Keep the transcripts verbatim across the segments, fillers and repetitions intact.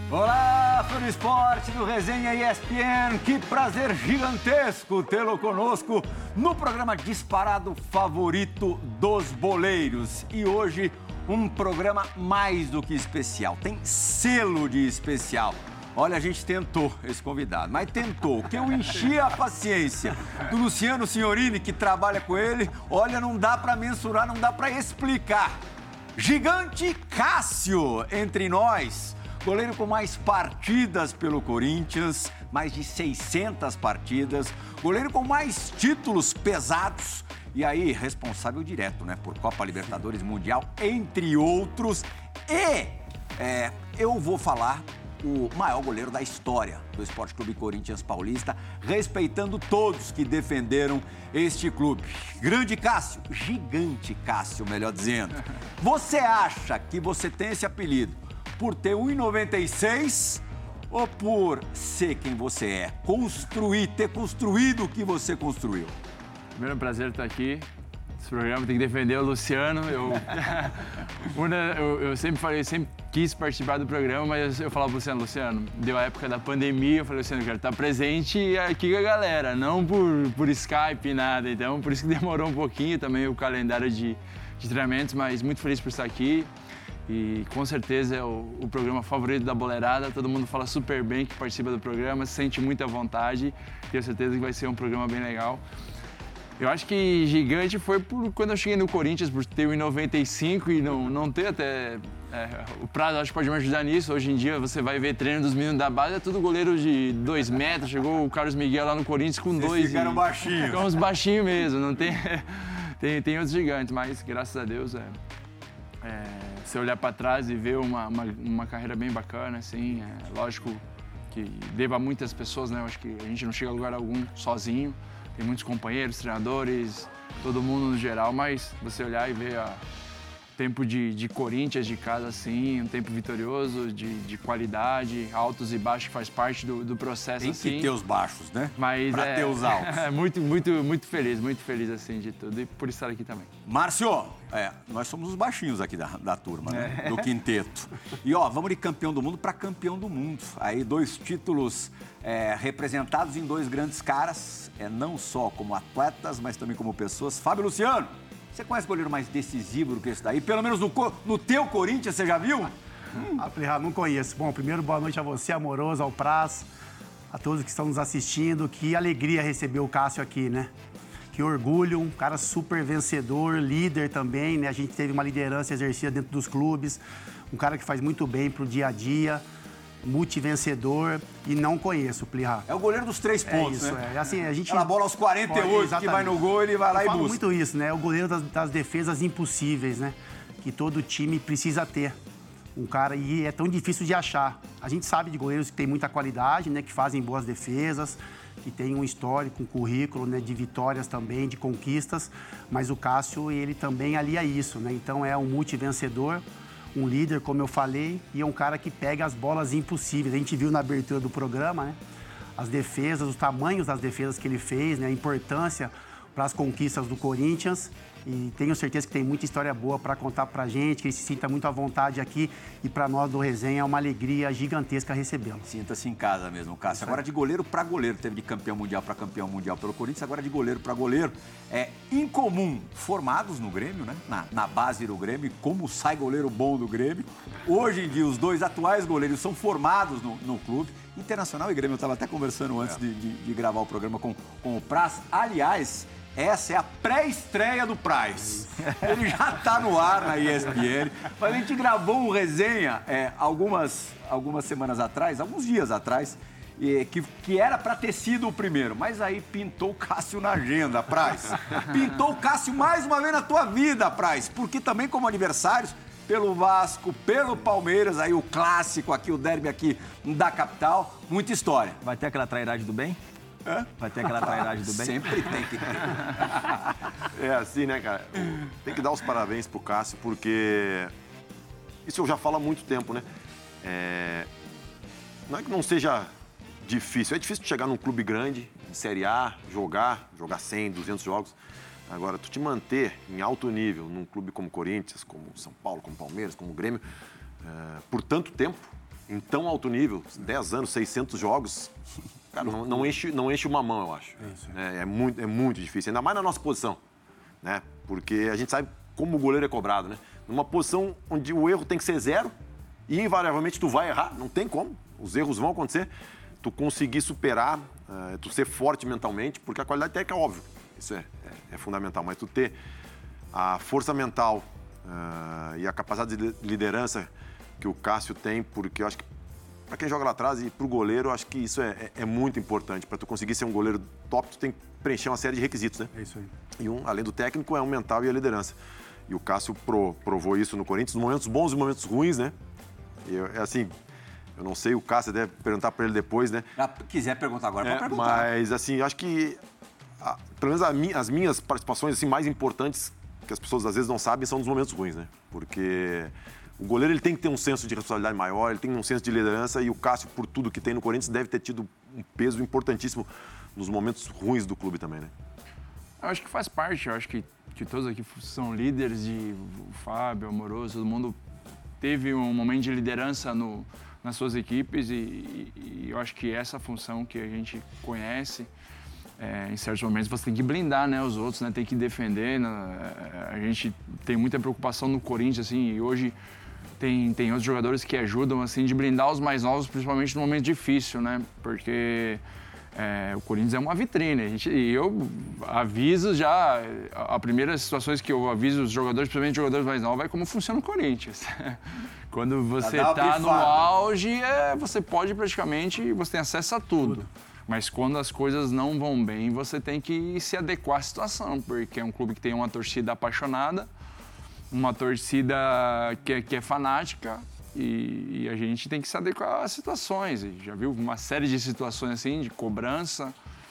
Olá, fã do esporte do Resenha E S P N, que prazer gigantesco tê-lo conosco no programa disparado favorito dos boleiros. E hoje, um programa mais do que especial, tem selo de especial. Olha, a gente tentou esse convidado, mas tentou, que eu enchi a paciência do Luciano Signorini, que trabalha com ele. Olha, não dá para mensurar, não dá para explicar. Gigante Cássio entre nós. Goleiro com mais partidas pelo Corinthians, mais de seiscentas partidas. Goleiro com mais títulos pesados. E aí, responsável direto, né, por Copa Libertadores Mundial, entre outros. E é, eu vou falar o maior goleiro da história do Esporte Clube Corinthians Paulista, respeitando todos que defenderam este clube. Grande Cássio, gigante Cássio, melhor dizendo. Você acha que você tem esse apelido por ter um e noventa e seis ou por ser quem você é? Construir, ter construído o que você construiu. Primeiro, é um prazer estar aqui. Esse programa tem que defender o Luciano. Eu, eu, eu sempre falei, sempre quis participar do programa, mas eu falava pro Luciano, Luciano, deu a época da pandemia, eu falei, Luciano, eu quero estar presente aqui com a galera, não por, por Skype, nada. Então, por isso que demorou um pouquinho também o calendário de, de treinamentos, mas muito feliz por estar aqui. E com certeza é o, o programa favorito da boleirada, todo mundo fala super bem que participa do programa, se sente muita vontade, tenho certeza que vai ser um programa bem legal. Eu acho que gigante foi por quando eu cheguei no Corinthians, por ter um e noventa e cinco e não, não ter até... É, o Prado acho que pode me ajudar nisso. Hoje em dia você vai ver treino dos meninos da base, é tudo goleiro de dois metros, chegou o Carlos Miguel lá no Corinthians com Vocês dois. Ficaram baixinhos. Ficam uns baixinhos mesmo, não tem, tem, tem outros gigantes, mas graças a Deus, é, é, você olhar para trás e ver uma, uma, uma carreira bem bacana, assim, é, lógico que deva a muitas pessoas, né? Eu acho que a gente não chega a lugar algum sozinho. Tem muitos companheiros, treinadores, todo mundo no geral, mas você olhar e ver o tempo de, de Corinthians de casa, assim, um tempo vitorioso, de, de qualidade, altos e baixos, que faz parte do, do processo, Tem assim. que ter os baixos, né? Mas pra é, ter os altos. É muito, muito, muito feliz, muito feliz, assim, de tudo e por estar aqui também. Márcio, é, nós somos os baixinhos aqui da, da turma, né? É. Do quinteto. E, ó, vamos de campeão do mundo para campeão do mundo. Aí, dois títulos é, representados em dois grandes caras, é, não só como atletas, mas também como pessoas. Fábio Luciano, você conhece goleiro mais decisivo do que esse daí? Pelo menos no, no teu Corinthians, você já viu? Hum. Ah, não conheço. Bom, primeiro, boa noite a você, amoroso, ao Praz, a todos que estão nos assistindo. Que alegria receber o Cássio aqui, né? Que orgulho, um cara super vencedor, líder também, né? A gente teve uma liderança exercida dentro dos clubes, um cara que faz muito bem pro dia a dia, multivencedor, e não conheço o Plihá. É o goleiro dos três pontos, é isso, né? É assim, a gente... Aquela bola aos quarenta e oito Pode, que vai no gol, ele vai lá Eu e falo busca. muito isso, né? É o goleiro das, das defesas impossíveis, né? Que todo time precisa ter. Um cara, e é tão difícil de achar. A gente sabe de goleiros que têm muita qualidade, né? Que fazem boas defesas, que tem um histórico, um currículo, né, de vitórias também, de conquistas, mas o Cássio, ele também alia isso, né? Então é um multivencedor, um líder, como eu falei, e é um cara que pega as bolas impossíveis. A gente viu na abertura do programa, né? As defesas, os tamanhos das defesas que ele fez, né? A importância para as conquistas do Corinthians. E tenho certeza que tem muita história boa para contar para a gente, que ele se sinta muito à vontade aqui. E para nós do Resenha é uma alegria gigantesca recebê-lo. Sinta-se em casa mesmo, Cássio. Agora de goleiro para goleiro. Teve de campeão mundial para campeão mundial pelo Corinthians, agora de goleiro para goleiro. É incomum, formados no Grêmio, né? Na, na base do Grêmio, como sai goleiro bom do Grêmio. Hoje em dia, os dois atuais goleiros são formados no, no clube. Internacional e Grêmio, eu estava até conversando antes é. de, de, de gravar o programa com, com o Praz. Aliás, essa é a pré-estreia do Praz. Ele já está no ar na E S P N. Mas a gente gravou um resenha é, algumas, algumas semanas atrás, alguns dias atrás, e, que, que era para ter sido o primeiro. Mas aí pintou o Cássio na agenda, Praz. Pintou o Cássio mais uma vez na tua vida, Praz. Porque também como adversários, pelo Vasco, pelo Palmeiras, aí o clássico aqui, o derby aqui da capital, muita história. Vai ter aquela trairagem do bem? Hã? Vai ter aquela trairagem do bem? Sempre tem que ter. É assim, né, cara? Tem que dar os parabéns pro Cássio, porque isso eu já falo há muito tempo, né? É... Não é que não seja difícil, é difícil de chegar num clube grande, de Série A, jogar, jogar cem, duzentos jogos. Agora, tu te manter em alto nível num clube como Corinthians, como São Paulo, como Palmeiras, como Grêmio, uh, por tanto tempo, em tão alto nível, dez anos, seiscentos jogos, cara, não, não, enche, não enche uma mão, eu acho. É, é, muito, é muito difícil, ainda mais na nossa posição, né? Porque a gente sabe como o goleiro é cobrado, né? Numa posição onde o erro tem que ser zero e invariavelmente tu vai errar, não tem como, os erros vão acontecer. Tu conseguir superar, uh, tu ser forte mentalmente, porque a qualidade técnica é óbvio, isso é, é, é fundamental, mas tu ter a força mental uh, e a capacidade de liderança que o Cássio tem, porque eu acho que para quem joga lá atrás e para o goleiro, eu acho que isso é, é, é muito importante. Para tu conseguir ser um goleiro top, tu tem que preencher uma série de requisitos, né? É isso aí. E um, além do técnico, é o mental e a liderança. E o Cássio pro, provou isso no Corinthians, nos momentos bons e momentos ruins, né? E eu, é assim... Eu não sei, o Cássio deve perguntar para ele depois, né? Se quiser perguntar agora, pode é, perguntar. Mas, assim, eu acho que, a, pelo menos a mi, as minhas participações assim, mais importantes, que as pessoas às vezes não sabem, são nos momentos ruins, né? Porque o goleiro ele tem que ter um senso de responsabilidade maior, ele tem um senso de liderança, e o Cássio, por tudo que tem no Corinthians, deve ter tido um peso importantíssimo nos momentos ruins do clube também, né? Eu acho que faz parte, eu acho que, que todos aqui são líderes, de o Fábio, o Amoroso, todo mundo teve um momento de liderança no... nas suas equipes, e, e, e eu acho que essa função que a gente conhece, é, em certos momentos você tem que blindar, né, os outros, né, tem que defender, né, a gente tem muita preocupação no Corinthians, assim, e hoje tem, tem outros jogadores que ajudam, assim, de blindar os mais novos, principalmente no momento difícil, né, porque é, o Corinthians é uma vitrine, a gente, e eu aviso já, a, a primeira situações que eu aviso os jogadores, principalmente os jogadores mais novos, é como funciona o Corinthians. Quando você está no auge, é, você pode praticamente, você tem acesso a tudo. tudo. Mas quando as coisas não vão bem, você tem que se adequar à situação, porque é um clube que tem uma torcida apaixonada, uma torcida que é, que é fanática, e, e a gente tem que se adequar às situações. E já viu uma série de situações assim, de cobrança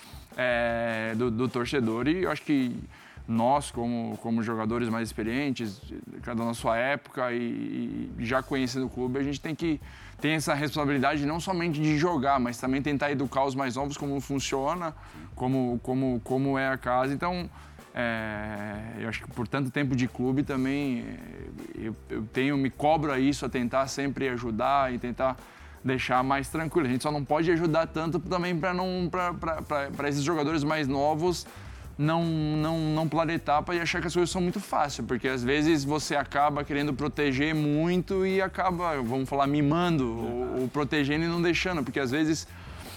é, do, do torcedor, e eu acho que nós, como, como jogadores mais experientes, cada na sua época e, e já conhecendo o clube, a gente tem que ter essa responsabilidade não somente de jogar, mas também tentar educar os mais novos como funciona, como, como, como é a casa. Então, é, eu acho que por tanto tempo de clube também, eu, eu tenho, me cobro a isso, a tentar sempre ajudar e tentar deixar mais tranquilo. A gente só não pode ajudar tanto também para não para esses jogadores mais novos não, não, não pular etapa e achar que as coisas são muito fáceis, porque às vezes você acaba querendo proteger muito e acaba, vamos falar, mimando ou, ou protegendo e não deixando, porque às vezes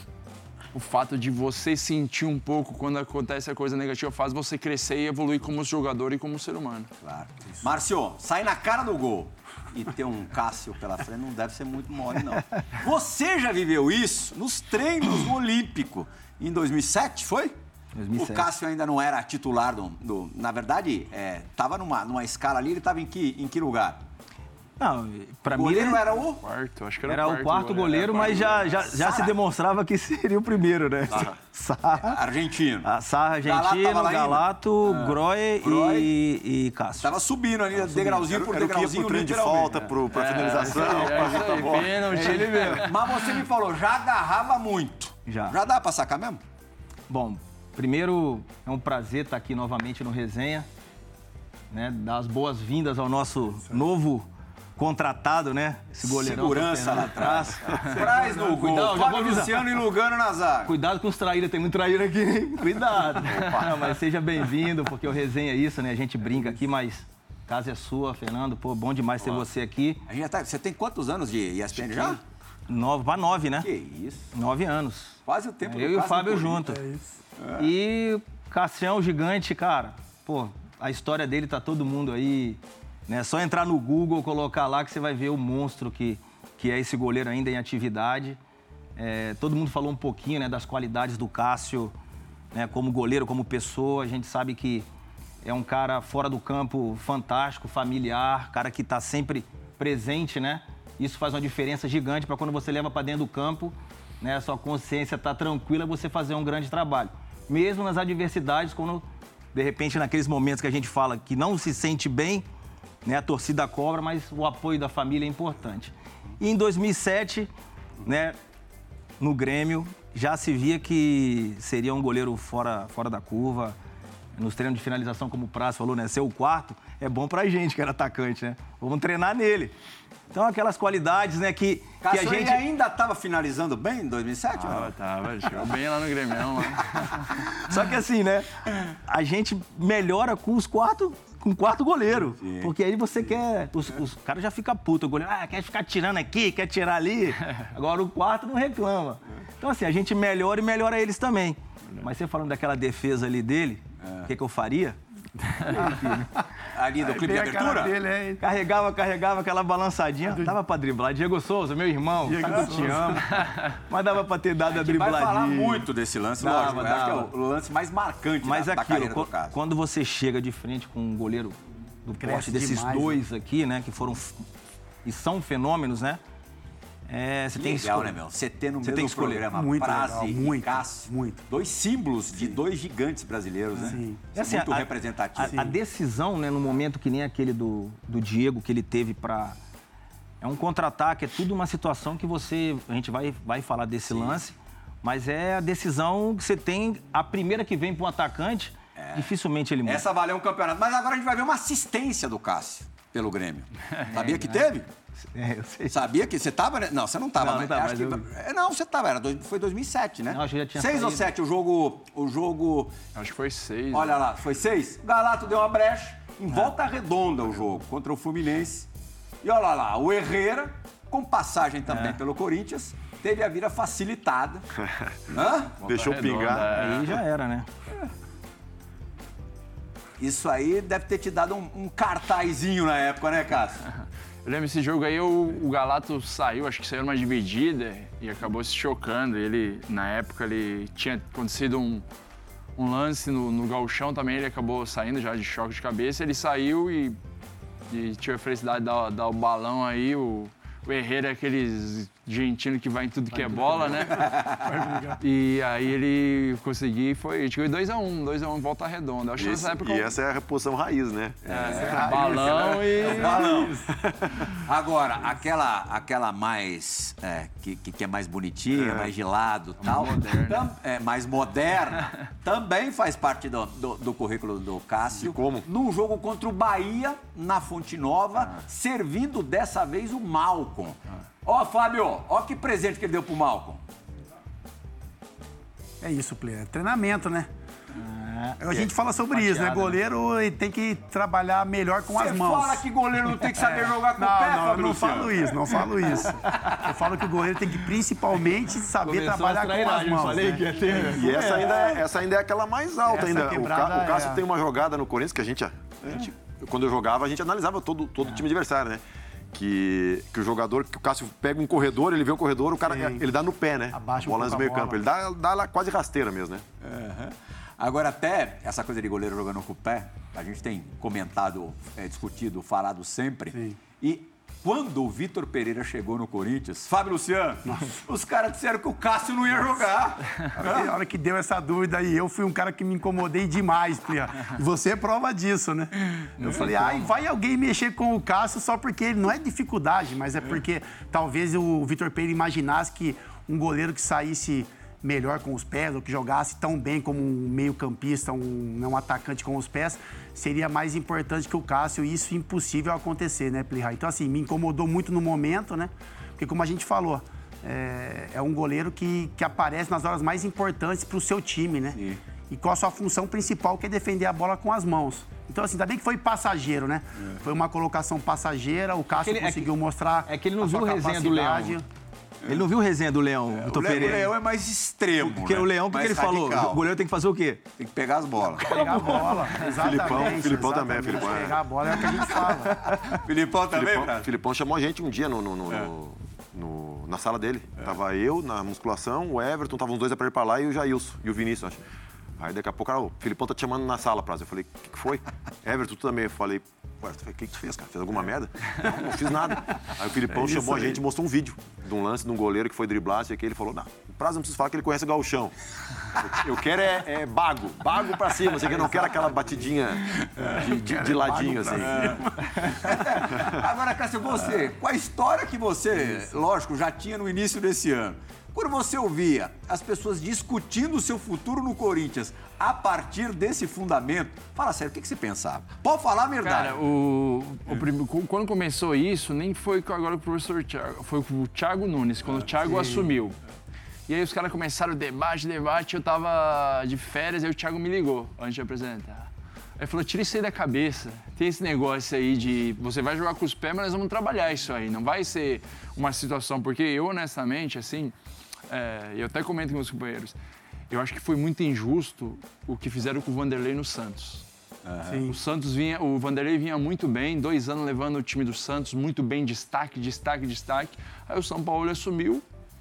o fato de você sentir um pouco quando acontece a coisa negativa faz você crescer e evoluir como jogador e como ser humano. Claro. Márcio, sai na cara do gol e ter um Cássio pela frente não deve ser muito mole, não. Você já viveu isso nos treinos no Olímpico em dois mil e sete, foi? dois mil e sete. O Cássio ainda não era titular do... do na verdade, estava é, numa, numa escala ali, ele estava em que, em que lugar? Não, para mim... O goleiro era o... Quarto, acho que era, era o quarto, quarto goleiro, goleiro, mas já, já, já se demonstrava que seria o primeiro, né? Sarra. Sarra. Argentino. A Sarra, argentino, Galato, ah. Grohe e, e Cássio. Tava subindo ali, subindo. degrauzinho por era degrauzinho, pro de falta, pro, pra é, finalização. É, é, é, mas você me falou, já agarrava muito. Já. Já dá pra sacar mesmo? Bom, primeiro, é um prazer estar aqui novamente no Resenha, né? Dar as boas-vindas ao nosso novo contratado, né? Esse goleirão. Segurança lá atrás. Traz no gol. Cuidado, Fábio Luciano e Lugano na zaga. Cuidado com os traíras, tem muito traíra aqui, hein? Cuidado. Não, mas seja bem-vindo, porque o Resenha é isso, né? A gente brinca aqui, mas a casa é sua, Fernando. Pô, bom demais ter você aqui. A gente já tá... Você tem quantos anos de E S P N já? Nove, para nove, né? Que isso. Nove anos. Quase o tempo do Eu e o Fábio junto. É isso. É. E Cassião, gigante, cara, pô, a história dele tá todo mundo aí, né? Só entrar no Google, colocar lá que você vai ver o monstro que, que é esse goleiro ainda em atividade. É, todo mundo falou um pouquinho, né, das qualidades do Cássio, né, como goleiro, como pessoa. A gente sabe que é um cara fora do campo fantástico, familiar, cara que tá sempre presente, né? Isso faz uma diferença gigante para quando você leva para dentro do campo, né, a sua consciência tá tranquila, você fazer um grande trabalho. Mesmo nas adversidades, quando, de repente, naqueles momentos que a gente fala que não se sente bem, né, a torcida cobra, mas o apoio da família é importante. E em dois mil e sete, né, no Grêmio, já se via que seria um goleiro fora, fora da curva. Nos treinos de finalização, como o Prazo falou, né, ser o quarto é bom pra gente, que era atacante, né? Vamos treinar nele. Então, aquelas qualidades, né, que, Cássio, que a gente... ele ainda estava finalizando bem em dois mil e sete? Tava, tava. Chegou bem lá no Grêmio, lá. Só que assim, né, a gente melhora com os quartos... com quarto goleiro. Sim. Porque aí você quer... Os, os caras já ficam putos. O goleiro, ah, quer ficar tirando aqui, quer tirar ali. Agora o quarto não reclama. Então, assim, a gente melhora e melhora eles também. Mas você falando daquela defesa ali dele, o é. que, que eu faria? Ali do clipe de abertura? Dele, é... Carregava, carregava aquela balançadinha. Dava pra driblar. Diego Souza, meu irmão, Diego eu te amo. Mas dava pra ter dado a, a dribladinha. Vai falar muito desse lance, dava, lógico. Dava. Acho que é o lance mais marcante Mas da, aquilo, da carreira do quando, Cássio. Quando você chega de frente com um goleiro do porte desses demais, dois né? aqui, né, que foram e são fenômenos, né? É, você que tem legal, que né, meu? Você ter no você mesmo tem que escolher. programa Muito Praze legal, e muito, Cássio, muito. dois símbolos de dois gigantes brasileiros, né? Sim. Isso é assim, muito a, representativo. A, a decisão, né, no momento que nem aquele do, do Diego, que ele teve para... É um contra-ataque, é tudo uma situação que você... A gente vai, vai falar desse Sim. lance, mas é a decisão que você tem... A primeira que vem para um atacante, é. dificilmente ele muda. Essa valeu um campeonato. Mas agora a gente vai ver uma assistência do Cássio pelo Grêmio. Sabia que teve? É, eu sei. Sabia que você tava... Não, você não tava. Não, mas, não tava, acho mas que... eu... Não, você tava. Era dois... Foi dois mil e sete, né? Não, acho que já tinha Seis saído. ou sete, o jogo... O jogo... Acho que foi seis. Olha lá, foi seis? O Galato deu uma brecha. Em volta redonda o jogo contra o Fluminense. E olha lá, o Herrera, com passagem também é. pelo Corinthians, teve a vida facilitada. Hã? Deixou redonda, pingar. É. Aí já era, né? Isso aí deve ter te dado um, um cartazinho na época, né, Cássio? Eu lembro esse jogo aí, o, o Galato saiu, acho que saiu numa dividida e acabou se chocando. Ele, na época, ele tinha acontecido um, um lance no, no gauchão também, ele acabou saindo já de choque de cabeça. Ele saiu e, e tive a felicidade de dar, dar o balão aí. O, o Herrera é aqueles argentino que vai em tudo que é bola, né? E aí ele conseguiu e foi. A gente ganhou dois a um, dois a um em volta redonda. Acho que nessa época. E essa é a reposição raiz, né? É, é, balão e. É balão. Agora, aquela, aquela mais. É, que, que é mais bonitinha, é. mais gelado e tal. Moderna. Tam, é, mais moderna. Também faz parte do, do, do currículo do Cássio. E como? Num jogo contra o Bahia, na Fonte Nova, ah. servindo dessa vez o Malcom. Ah. Ó, Fábio, ó que presente que ele deu pro Malcom. É isso, player. Treinamento, né? É. A gente fala sobre isso, né? Goleiro ele tem que trabalhar melhor com Cê as mãos. Você fala que goleiro não tem que saber é. jogar com não, o pé, Não, Fábio não Luciano. falo isso, não falo isso. Eu falo que o goleiro tem que principalmente saber Começou trabalhar com as mãos. Falei né? que ia ter. E essa, ainda é, essa ainda é aquela mais alta Essa ainda. O, Ca, o Cássio é. tem uma jogada no Corinthians que a gente, a gente quando eu jogava, a gente analisava todo, todo o time adversário, né? Que, que o jogador, que o Cássio pega um corredor, ele vê o corredor, o cara, Sim. ele dá no pé, né? Abaixa um bola no pouco meio a campo. bola. Ele dá, dá lá quase rasteira mesmo, né? Uhum. Agora, até essa coisa de goleiro jogando com o pé, a gente tem comentado, é, discutido, falado sempre. Sim. E quando o Vitor Pereira chegou no Corinthians, Fábio Luciano, os caras disseram que o Cássio não ia jogar. Na hora que deu essa dúvida aí, eu fui um cara que me incomodei demais, Plia. E você é prova disso, né? Eu falei, ai, vai alguém mexer com o Cássio só porque ele não é dificuldade, mas é porque talvez o Vitor Pereira imaginasse que um goleiro que saísse melhor com os pés, ou que jogasse tão bem como um meio-campista, um, um atacante com os pés, seria mais importante que o Cássio, e isso é impossível acontecer, né, Plihá? Então, assim, me incomodou muito no momento, né? Porque, como a gente falou, é, é um goleiro que, que aparece nas horas mais importantes para o seu time, né? Sim. E qual a sua função principal, que é defender a bola com as mãos. Então, assim, ainda bem que foi passageiro, né? É. Foi uma colocação passageira, o Cássio ele, conseguiu é que, mostrar É que ele não a viu sua o resenha do Leão. Ele não viu o resenha do Leão, É, Vitor o, Pereira. o Leão é mais extremo, Porque né? o Leão, o que, que ele radical. falou? O goleiro tem que fazer o quê? Tem que pegar as bolas. Pegar a bola, exatamente. Filipão, Filipão também, exatamente. Filipão é. Pegar a bola é o que a gente fala. Filipão também, Filipão, cara? Filipão chamou a gente um dia no, no, no, É. no, no, na sala dele. É. Tava eu na musculação, o Everton, estavam os dois para ir para lá e o Jailson e o Vinícius, acho. Aí daqui a pouco, cara, o Filipão tá te chamando na sala, Prazo. Eu falei, o que, que foi? Everton, tu também. Eu falei, ué, o que, que tu fez, cara? Fez alguma merda? Não, não fiz nada. Aí o Filipão é chamou a gente e mostrou um vídeo de um lance de um goleiro que foi driblar, sei que ele falou, não, o Prazo não precisa falar que ele conhece o gauchão. Eu, eu quero é, é bago, bago pra cima, sei que eu não quero aquela batidinha de, de, de ladinho, assim. Agora, Cássio, você, com a história que você, lógico, já tinha no início desse ano, Quando você ouvia as pessoas discutindo o seu futuro no Corinthians a partir desse fundamento, fala sério, o que, que você pensava? Pode falar a verdade. Cara, o, o prim... quando começou isso, nem foi agora o professor Thiago, foi com o Thiago Nunes, quando ah, o Thiago sim. assumiu. E aí os caras começaram o debate, debate, eu tava de férias, aí o Thiago me ligou antes de apresentar. Aí falou, tira isso aí da cabeça. Tem esse negócio aí de você vai jogar com os pés, mas nós vamos trabalhar isso aí. Não vai ser uma situação, porque eu, honestamente, assim, é, eu até comento com meus companheiros, eu acho que foi muito injusto o que fizeram com o Vanderlei no Santos. Uhum. O Santos vinha, o Vanderlei vinha muito bem, dois anos levando o time do Santos, muito bem, destaque, destaque, destaque. Aí o São Paulo assumiu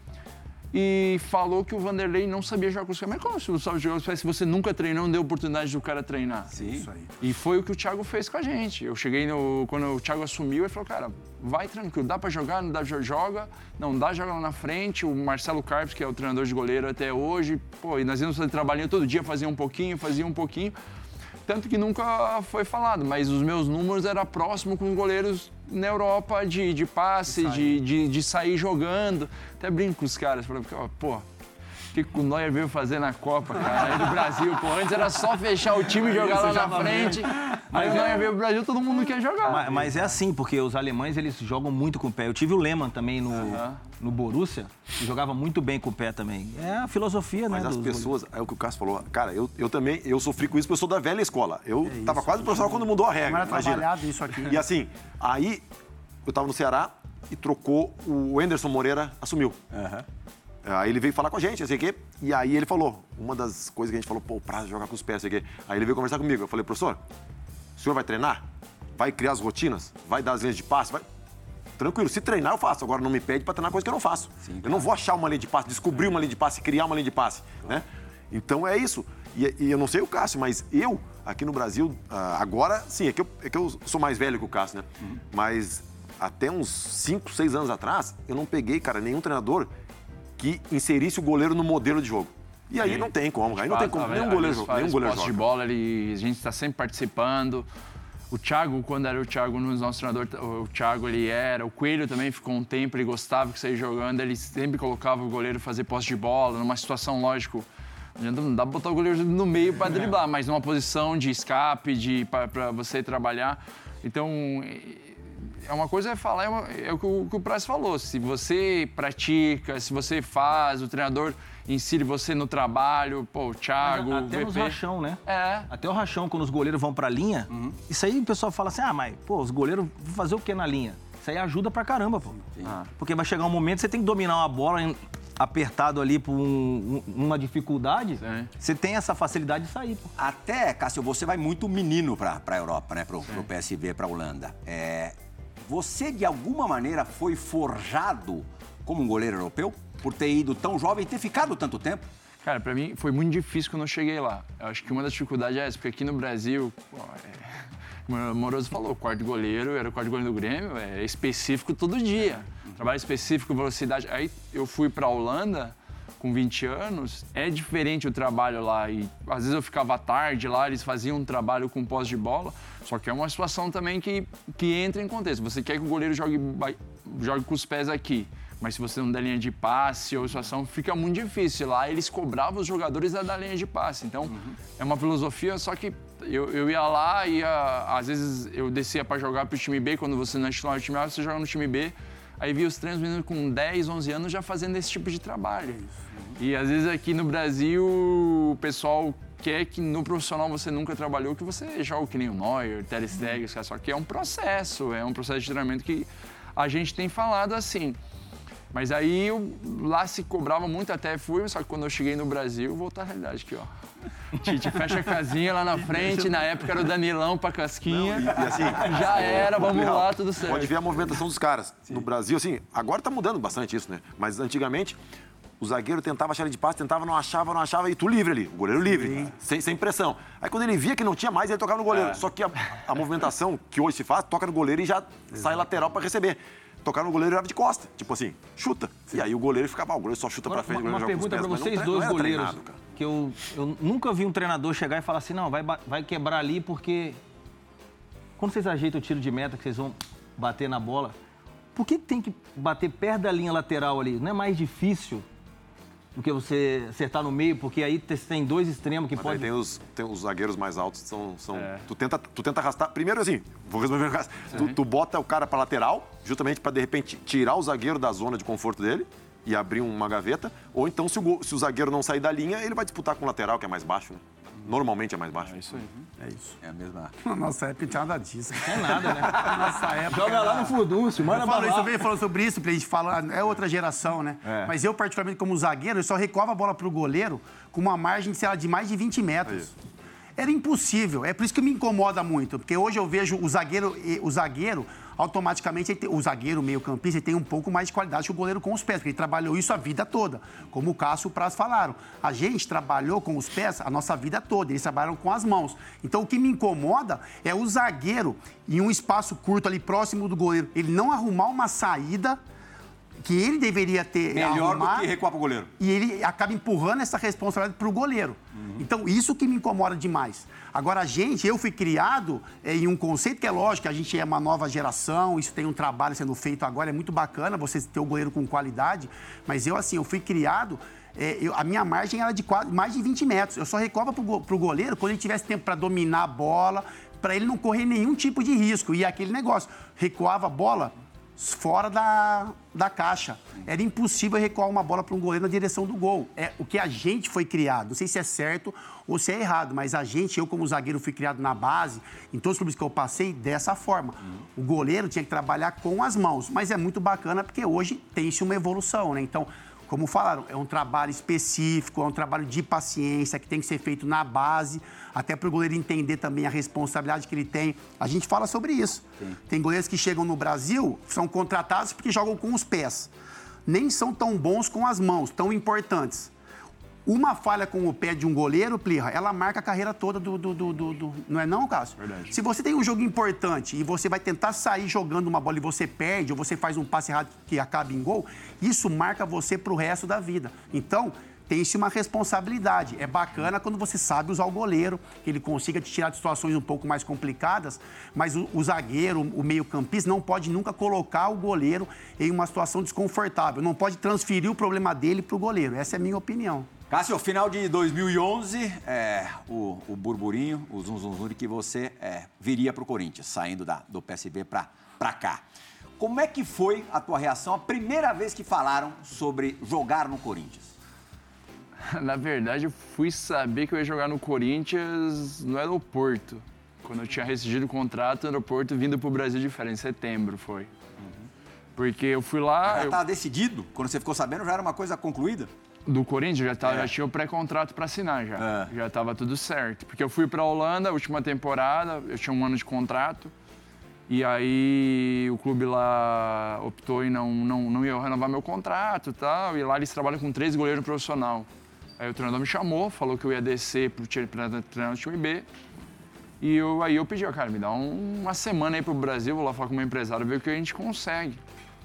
e falou que o Vanderlei não sabia jogar com os pés. Mas como se não sabe jogar com os pés se você nunca treinou, não deu oportunidade do cara treinar? Sim. Isso aí. E foi o que o Thiago fez com a gente. Eu cheguei no... Quando o Thiago assumiu, ele falou, cara, vai tranquilo, dá pra jogar, não dá, joga. Não dá, joga lá na frente. O Marcelo Carpes, que é o treinador de goleiro até hoje, pô, e nós íamos fazer trabalhinho todo dia, fazia um pouquinho, fazia um pouquinho. Tanto que nunca foi falado, mas os meus números eram próximos com os goleiros na Europa de, de passe, de, de, de sair jogando. Até brinco com os caras, falei, pô, o que, que o Neuer veio fazer na Copa, cara, aí do Brasil? Pô, antes era só fechar o time e jogar lá na frente. Aí o Neuer veio pro Brasil, todo mundo quer jogar. Mas, mas é assim, porque os alemães, eles jogam muito com o pé. Eu tive o Lehmann também no, uhum. no Borussia, que jogava muito bem com o pé também. É a filosofia, mas né? Mas as pessoas, é o que o Cássio falou, cara, eu, eu também, eu sofri com isso, porque eu sou da velha escola. Eu é tava quase profissional quando mudou a regra, Mas imagina. trabalhado isso aqui. E assim, aí eu tava no Ceará e trocou, o Anderson Moreira assumiu. Uhum. Aí ele veio falar com a gente, sei o quê, e aí ele falou, uma das coisas que a gente falou, pô, o prazo de jogar com os pés, sei o quê. Aí ele veio conversar comigo, eu falei, professor, o senhor vai treinar? Vai criar as rotinas? Vai dar as linhas de passe? Vai... Tranquilo, se treinar eu faço, agora não me pede pra treinar coisa que eu não faço. Sim, claro. Eu não vou achar uma linha de passe, descobrir uma linha de passe, criar uma linha de passe, né? Então é isso. E, e eu não sei o Cássio, mas eu, aqui no Brasil, agora, sim, é que eu, é que eu sou mais velho que o Cássio, né? Uhum. Mas até uns cinco, seis anos atrás, eu não peguei, cara, nenhum treinador que inserisse o goleiro no modelo de jogo. E aí Sim. não tem como, aí não tem como, nenhum goleiro joga. Nenhum goleiro joga. De bola, ele, a gente está sempre participando. O Thiago, quando era o Thiago Nunes, nosso treinador, o Thiago ele era, o Coelho também ficou um tempo, ele gostava que saía jogando, ele sempre colocava o goleiro fazer posse de bola, numa situação, lógico, não dá pra botar o goleiro no meio para driblar, mas numa posição de escape, de para você trabalhar. Então, é uma coisa é falar, é, uma, é o que o, que o Praz falou, se você pratica, se você faz, o treinador insere você no trabalho, pô, o Thiago, Mas, até o nos rachão, né? É. Até o rachão, quando os goleiros vão pra linha, uhum. isso aí o pessoal fala assim, ah, mas, pô, os goleiros vão fazer o quê na linha? Isso aí ajuda pra caramba, pô. Ah. Porque vai chegar um momento que você tem que dominar uma bola em, apertado ali por um, um, uma dificuldade, Sim. você tem essa facilidade de sair, pô. Até, Cássio, você vai muito menino pra, pra Europa, né? Pro, pro P S V, pra Holanda. É, você, de alguma maneira, foi forjado como um goleiro europeu? Por ter ido tão jovem e ter ficado tanto tempo? Cara, pra mim foi muito difícil quando eu cheguei lá. Eu acho que uma das dificuldades é essa, porque aqui no Brasil, pô, é, o Moroso falou, quarto goleiro, era o quarto goleiro do Grêmio, é específico todo dia. Trabalho específico, velocidade. Aí eu fui pra Holanda com vinte anos, é diferente o trabalho lá. E às vezes eu ficava tarde lá, eles faziam um trabalho com posse de bola, só que é uma situação também que, que entra em contexto. Você quer que o goleiro jogue, jogue com os pés aqui, mas se você não der linha de passe ou situação, fica muito difícil. Lá eles cobravam os jogadores a dar linha de passe. Então, uhum. é uma filosofia, só que eu, eu ia lá e às vezes eu descia para jogar pro time B, quando você não é titular no time A, você joga no time B. Aí via os treinos meninos com dez, onze anos já fazendo esse tipo de trabalho. Uhum. E às vezes aqui no Brasil o pessoal quer que no profissional você nunca trabalhou, que você joga que nem o Neuer, Ter Stegen, uhum. só que é um processo, é um processo de treinamento que a gente tem falado assim. Mas aí eu, lá se cobrava muito, até fui, só que quando eu cheguei no Brasil, voltou à realidade aqui, ó. Tite, fecha a casinha lá na frente, na época era o Danilão pra Casquinha. Não, e, e assim, já era, vamos real, lá, tudo certo. Pode ver a movimentação dos caras. Sim. No Brasil, assim, agora tá mudando bastante isso, né? Mas antigamente, o zagueiro tentava achar ele de passe, tentava, não achava, não achava, e tu livre ali, o goleiro livre, sem, sem pressão. Aí quando ele via que não tinha mais, ele tocava no goleiro. É. Só que a, a movimentação que hoje se faz, toca no goleiro e já Exato. sai lateral pra receber. Tocar no goleiro era de costa, tipo assim, chuta. Sim. E aí o goleiro ficava, ah, o goleiro só chuta Agora, pra frente. Uma, uma pergunta pra vocês dois não goleiros, treinado, que eu, eu nunca vi um treinador chegar e falar assim, não, vai, vai quebrar ali porque... Quando vocês ajeitam o tiro de meta, que vocês vão bater na bola, por que tem que bater perto da linha lateral ali? Não é mais difícil do que você acertar no meio, porque aí você tem dois extremos que Mas podem... tem os, tem os zagueiros mais altos, são... são é. tu, tenta, tu tenta arrastar... Primeiro, assim, vou resolver... Tu, tu bota o cara pra lateral, justamente pra, de repente, tirar o zagueiro da zona de conforto dele e abrir uma gaveta. Ou então, se o, se o zagueiro não sair da linha, ele vai disputar com o lateral, que é mais baixo, né? Normalmente é mais baixo. É isso aí. É isso. É a mesma... Na nossa época não tinha nada disso. Não é nada, né? Na nossa época... Joga lá no Furdúncio, manda eu pra falo lá. isso também, falando sobre isso, pra gente falar, é outra geração, né? É. Mas eu, particularmente, como zagueiro, eu só recuava a bola pro goleiro com uma margem, sei lá, de mais de vinte metros. É Era impossível. É por isso que me incomoda muito. Porque hoje eu vejo o zagueiro, o zagueiro automaticamente, ele tem, o zagueiro, o meio-campista, ele tem um pouco mais de qualidade que o goleiro com os pés, porque ele trabalhou isso a vida toda. Como o Cássio e o Praz falaram. A gente trabalhou com os pés a nossa vida toda, eles trabalham com as mãos. Então, o que me incomoda é o zagueiro, em um espaço curto ali, próximo do goleiro, ele não arrumar uma saída que ele deveria ter melhor arrumar, do que recuar para o goleiro. E ele acaba empurrando essa responsabilidade para o goleiro. Uhum. Então, isso que me incomoda demais. Agora, a gente, eu fui criado é, em um conceito que é lógico, que a gente é uma nova geração, isso tem um trabalho sendo feito agora, é muito bacana você ter o goleiro com qualidade, mas eu, assim, eu fui criado, é, eu, a minha margem era de quase, mais de vinte metros. Eu só recuava para o goleiro quando ele tivesse tempo para dominar a bola, para ele não correr nenhum tipo de risco. E aquele negócio, recuava a bola fora da, da caixa. Era impossível recuar uma bola para um goleiro na direção do gol. É o que a gente foi criado. Não sei se é certo ou se é errado, mas a gente, eu como zagueiro, fui criado na base, em todos os clubes que eu passei, dessa forma. Uhum. O goleiro tinha que trabalhar com as mãos, mas é muito bacana porque hoje tem-se uma evolução, né? Então, como falaram, é um trabalho específico, é um trabalho de paciência que tem que ser feito na base, até para o goleiro entender também a responsabilidade que ele tem. A gente fala sobre isso. Sim. Tem goleiros que chegam no Brasil, são contratados porque jogam com os pés. Nem são tão bons com as mãos, tão importantes. Uma falha com o pé de um goleiro, Plirra, ela marca a carreira toda do... do, do, do, do... Não é não, Cássio? Verdade. Se você tem um jogo importante e você vai tentar sair jogando uma bola e você perde, ou você faz um passe errado que acaba em gol, isso marca você pro resto da vida. Então, tem-se uma responsabilidade. É bacana quando você sabe usar o goleiro, que ele consiga te tirar de situações um pouco mais complicadas, mas o, o zagueiro, o meio-campista, não pode nunca colocar o goleiro em uma situação desconfortável. Não pode transferir o problema dele pro goleiro. Essa é a minha opinião. Cássio, final de dois mil e onze, é, o, o burburinho, o zum, zum, zum, de que você é, viria para o Corinthians, saindo da, do P S V para cá. Como é que foi a tua reação a primeira vez que falaram sobre jogar no Corinthians? Na verdade, eu fui saber que eu ia jogar no Corinthians no aeroporto. Quando eu tinha rescindido o contrato no aeroporto, vindo para o Brasil de férias, em setembro foi. Uhum. Porque eu fui lá... Já estava eu... decidido? Quando você ficou sabendo, já era uma coisa concluída? Do Corinthians, já, tava, é. já tinha o pré-contrato para assinar, já. É. Já estava tudo certo. Porque eu fui para a Holanda, última temporada, eu tinha um ano de contrato. E aí o clube lá optou em não, não, não ia renovar meu contrato e tal. E lá eles trabalham com três goleiros profissional. Aí o treinador me chamou, falou que eu ia descer para treinar no time B. E eu, aí eu pedi, ó, cara, me dá um, uma semana aí pro Brasil, vou lá falar com o meu empresário, ver o que a gente consegue.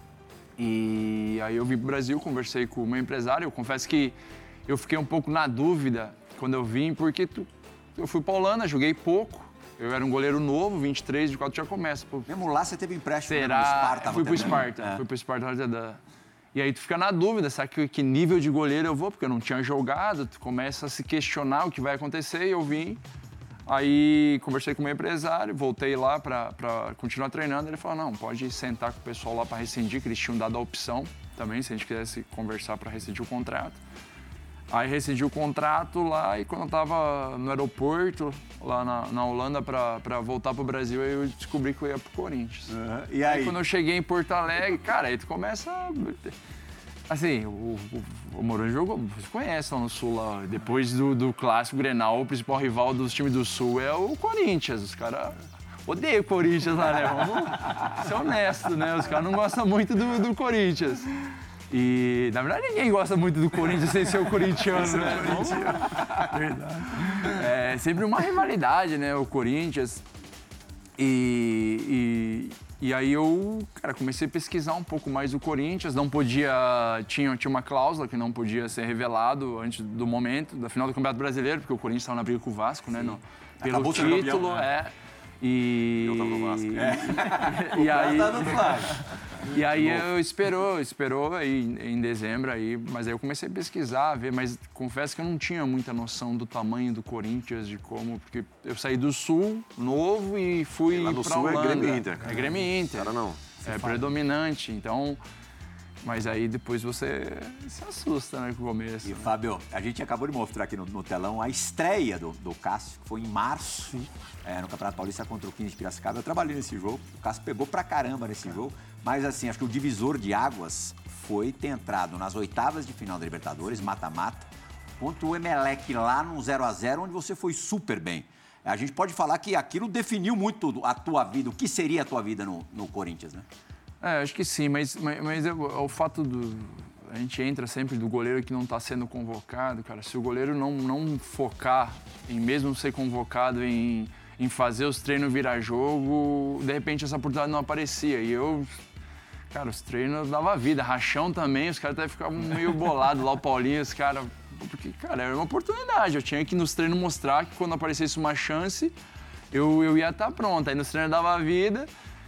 E aí eu vim pro Brasil, conversei com o meu empresário. Eu confesso que eu fiquei um pouco na dúvida quando eu vim, porque tu, eu fui pra Holanda, joguei pouco. Eu era um goleiro novo, vinte e três, de quatro já começa. Pô. Mesmo lá você teve empréstimo Será? no Sparta? Fui pro Sparta, é. fui pro Sparta Rotterdam. E aí tu fica na dúvida, sabe que, que nível de goleiro eu vou? Porque eu não tinha jogado, tu começa a se questionar o que vai acontecer e eu vim. Aí conversei com o meu empresário, voltei lá para continuar treinando. Ele falou, não, pode sentar com o pessoal lá para rescindir, que eles tinham dado a opção também, se a gente quisesse conversar para rescindir o contrato. Aí rescindi o contrato lá e quando eu estava no aeroporto, lá na, na Holanda, para voltar para o Brasil, aí eu descobri que eu ia para o Corinthians. Uhum. E aí? Aí quando eu cheguei em Porto Alegre, cara, aí tu começa... Assim, o, o, o Moroni jogou, vocês conhecem lá no Sul, lá, depois do, do clássico Grenal, o principal rival dos times do Sul é o Corinthians. Os caras odeiam o Corinthians lá, né? Vamos ser honesto, né? Os caras não gostam muito do, do Corinthians. E, na verdade, ninguém gosta muito do Corinthians sem ser o corintiano, né? Verdade. É sempre uma rivalidade, né? O Corinthians. E... e E aí eu, cara, comecei a pesquisar um pouco mais do Corinthians, não podia, tinha, tinha uma cláusula que não podia ser revelado antes do momento, da final do Campeonato Brasileiro, porque o Corinthians estava na briga com o Vasco, Sim. né, no, pelo Acabou título, campeão, né? é, e... Eu tava no Vasco. É. E aí... E aí eu esperou, esperou aí em dezembro, aí, mas aí eu comecei a pesquisar, ver, mas confesso que eu não tinha muita noção do tamanho do Corinthians, de como, porque eu saí do Sul, novo, e fui Lá no pra Sul Holanda. é Grêmio Inter, cara. É Grêmio Inter. Cara, não. É predominante, então... Mas aí depois você se assusta, né, com o começo. E, Fábio, a gente acabou de mostrar aqui no, no telão a estreia do, do Cássio, que foi em março, é, no Campeonato Paulista contra o quinze de Piracicaba. Eu trabalhei nesse jogo, o Cássio pegou pra caramba nesse jogo, mas assim, acho que o divisor de águas foi ter entrado nas oitavas de final da Libertadores, mata-mata, contra o Emelec lá num zero a zero, onde você foi super bem. A gente pode falar que aquilo definiu muito a tua vida, o que seria a tua vida no, no Corinthians, né? É, acho que sim, mas, mas, mas é o, é o fato do... A gente entra sempre do goleiro que não está sendo convocado, cara. Se o goleiro não, não focar em mesmo ser convocado, em, em fazer os treinos virar jogo, de repente essa oportunidade não aparecia. E eu... Cara, os treinos dava vida. Rachão também, os caras até ficavam meio bolados lá, o Paulinho, os caras... Porque, cara, era uma oportunidade. Eu tinha que nos treinos mostrar que quando aparecesse uma chance, eu, eu ia estar pronto. Aí nos treinos dava vida...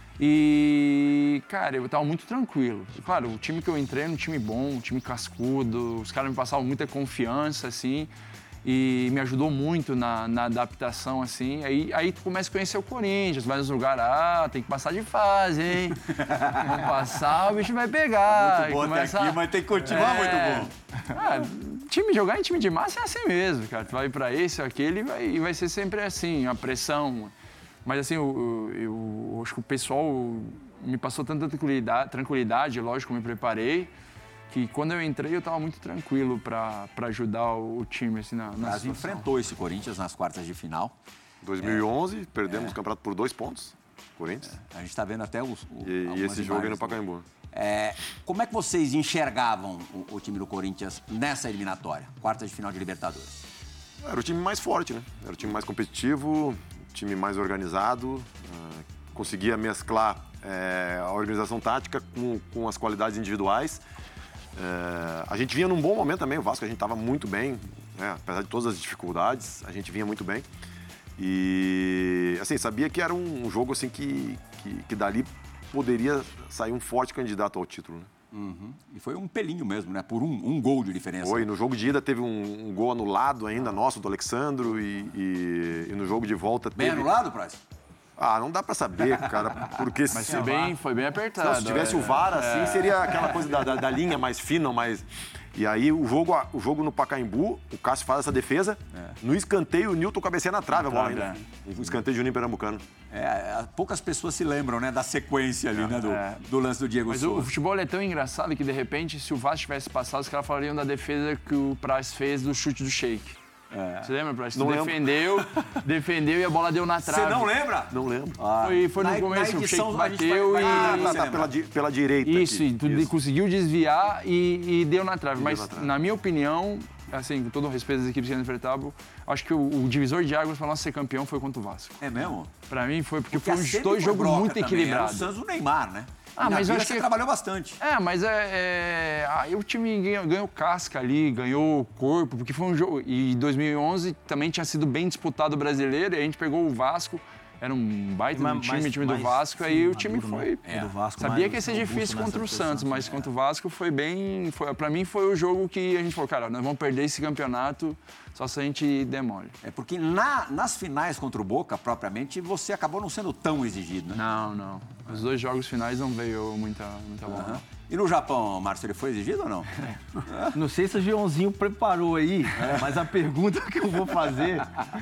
E, cara, eu tava muito tranquilo. Claro, o time que eu entrei era um time bom, um time cascudo, os caras me passavam muita confiança, assim, e me ajudou muito na, na adaptação, assim. Aí, aí tu começa a conhecer o Corinthians, vai nos lugares, ah, tem que passar de fase, hein? Não passar, o bicho vai pegar. Muito bom começa... até aqui, mas tem que continuar é... muito bom. Ah, time, jogar em time de massa é assim mesmo, cara. Tu vai pra esse ou aquele e vai, e vai ser sempre assim, a pressão. Mas assim, eu, eu, eu acho que o pessoal me passou tanta tranquilidade, tranquilidade, lógico, eu me preparei, que quando eu entrei eu estava muito tranquilo para ajudar o, o time assim, na, na O Brasil enfrentou esse Corinthians nas quartas de final. dois mil e onze, é. perdemos é. o campeonato por dois pontos, Corinthians. É. A gente está vendo até os... O, e, e esse jogo aí no Pacaembu. É, como é que vocês enxergavam o, o time do Corinthians nessa eliminatória, quartas de final de Libertadores? Era o time mais forte, né? Era o time mais competitivo, time mais organizado, uh, conseguia mesclar é, a organização tática com, com as qualidades individuais. É, a gente vinha num bom momento também, o Vasco a gente estava muito bem, né? Apesar de todas as dificuldades, a gente vinha muito bem. E, assim, sabia que era um, um jogo assim, que, que, que dali poderia sair um forte candidato ao título, né? Uhum. E foi um pelinho mesmo, né? Por um, um gol de diferença. Foi, no jogo de ida teve um, um gol anulado ainda, nosso, do Alexandro, e, e, e no jogo de volta teve... Bem anulado, Price? Ah, não dá pra saber, cara, porque... Mas foi bem, foi bem apertado. Não, se tivesse é, o V A R, assim, é... seria aquela coisa da, da, da linha mais fina, mais... E aí, o jogo, o jogo no Pacaembu, o Cássio faz essa defesa, é. no escanteio, o Nilton cabeceia na trave, na a bola trave, ainda. É. O escanteio de Juninho Pernambucano. É, poucas pessoas se lembram, né, da sequência ali, é, né, do, é. do lance do Diego Mas Souza. Mas o futebol é tão engraçado que, de repente, se o Vasco tivesse passado, os caras falariam da defesa que o Praz fez do chute do Sheik. É. Você lembra, Praz? Não defendeu, defendeu e a bola deu na trave. Você não lembra? Não lembro. Ah. Foi, foi no na, começo, na edição, o Sheik bateu vai, vai, e... Ah, tá, pela, pela direita. Isso, aqui. e tu Isso. conseguiu desviar e, e deu na trave. E Mas, na trave. na minha opinião, assim, com todo o respeito das equipes que enfrentavam, acho que o, o divisor de águas para nós ser campeão foi contra o Vasco. É mesmo? Pra mim foi, porque, porque foi dois jogos muito equilibrados. Era o Santos e o Neymar, né? Ah, mas eu acho você que... trabalhou bastante. É, mas é, é... Aí o time ganhou, ganhou casca ali, ganhou corpo, porque foi um jogo... E dois mil e onze também tinha sido bem disputado o brasileiro, e a gente pegou o Vasco, era um baita do time, mais, time do Vasco, sim, aí o time foi... É. Do Vasco, sabia mais, que ia ser difícil contra o Santos, mas é. contra o Vasco foi bem... Foi, pra mim foi o jogo que a gente falou, cara, nós vamos perder esse campeonato só se a gente demole. É porque na, nas finais contra o Boca, propriamente, você acabou não sendo tão exigido, né? Não, não. Os dois jogos finais não veio muita, muita bola. Uhum. E no Japão, Márcio, ele foi exigido ou não? É. Não sei se o Joãozinho preparou aí, é. mas a pergunta que eu vou fazer...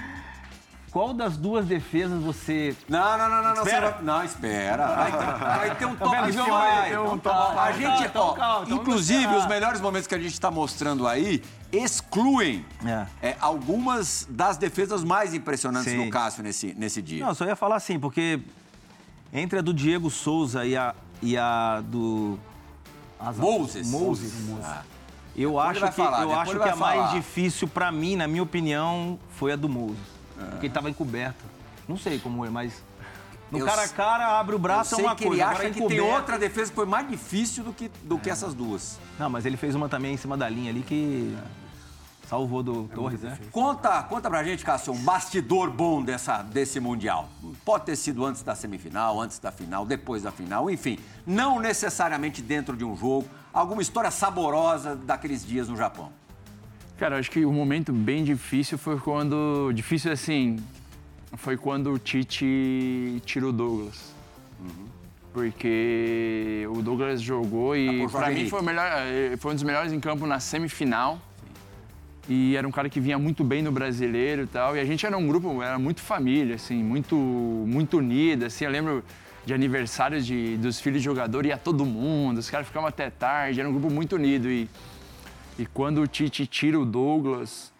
Qual das duas defesas você... Não, não, não, não. Espera. Vai... Não, espera. Vai ter, vai ter um toque de vai. Um top. A gente, ó, calma, inclusive, os melhores momentos que a gente está mostrando aí excluem é. É, algumas das defesas mais impressionantes Sim. do Cássio nesse, nesse dia. Não, só ia falar assim, porque entre a do Diego Souza e a, e a do... As Moses. Moses. Ah. Eu depois acho que, falar, eu acho que a falar. mais difícil, pra mim, na minha opinião, foi a do Moses. Porque ele tava encoberto. Não sei como é, mas... No eu cara a cara, abre o braço, é uma que coisa. Ele acha que tem outra defesa que foi mais difícil do que, do que essas duas. Não, mas ele fez uma também em cima da linha ali que... Salvou do Torres, né? Conta, conta pra gente, Cássio, um bastidor bom dessa, desse Mundial. Pode ter sido antes da semifinal, antes da final, depois da final, enfim. Não necessariamente dentro de um jogo. Alguma história saborosa daqueles dias no Japão. Cara, acho que o momento bem difícil foi quando... Difícil, assim, foi quando o Tite tirou o Douglas. Uhum. Porque o Douglas jogou e, pra mim, foi, o melhor, foi um dos melhores em campo na semifinal. E era um cara que vinha muito bem no Brasileiro e tal. E a gente era um grupo, era muito família, assim, muito, muito unido, assim. Eu lembro de aniversários de, dos filhos de jogador, ia todo mundo, os caras ficavam até tarde, era um grupo muito unido. E, e quando o Tite tira o Douglas,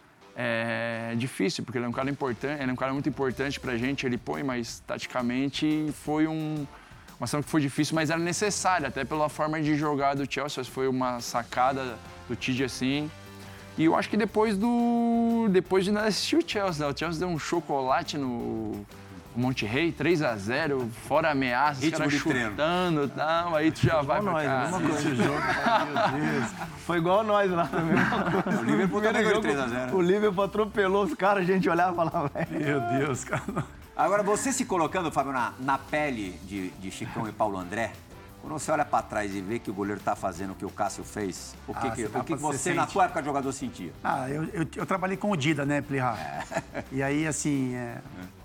é difícil, porque ele é um cara importante, ele é um cara muito importante pra gente, ele põe, mas taticamente foi um... Uma ação que foi difícil, mas era necessária, até pela forma de jogar do Chelsea. Foi uma sacada do Tite assim. E eu acho que depois do. Depois de nada assistir o Chelsea, né? O Chelsea deu um chocolate no Monte Rei, três a zero, fora ameaças, os caras chutando e tal. Aí tu já vai pra nós, casa. Mesma coisa. Jogo, meu Deus. Foi igual nós lá também. O Liverpool também ganhou três a zero. O Liverpool atropelou os caras, a gente olhava e falava, meu Deus, cara. Agora, você se colocando, Fábio, na, na pele de, de Chicão e Paulo André, quando você olha pra trás e vê que o goleiro tá fazendo o que o Cássio fez, o que, ah, que, o que você, na tua época de jogador, sentia? Ah, eu, eu, eu trabalhei com o Dida, né, Plihá? É. E aí, assim, é,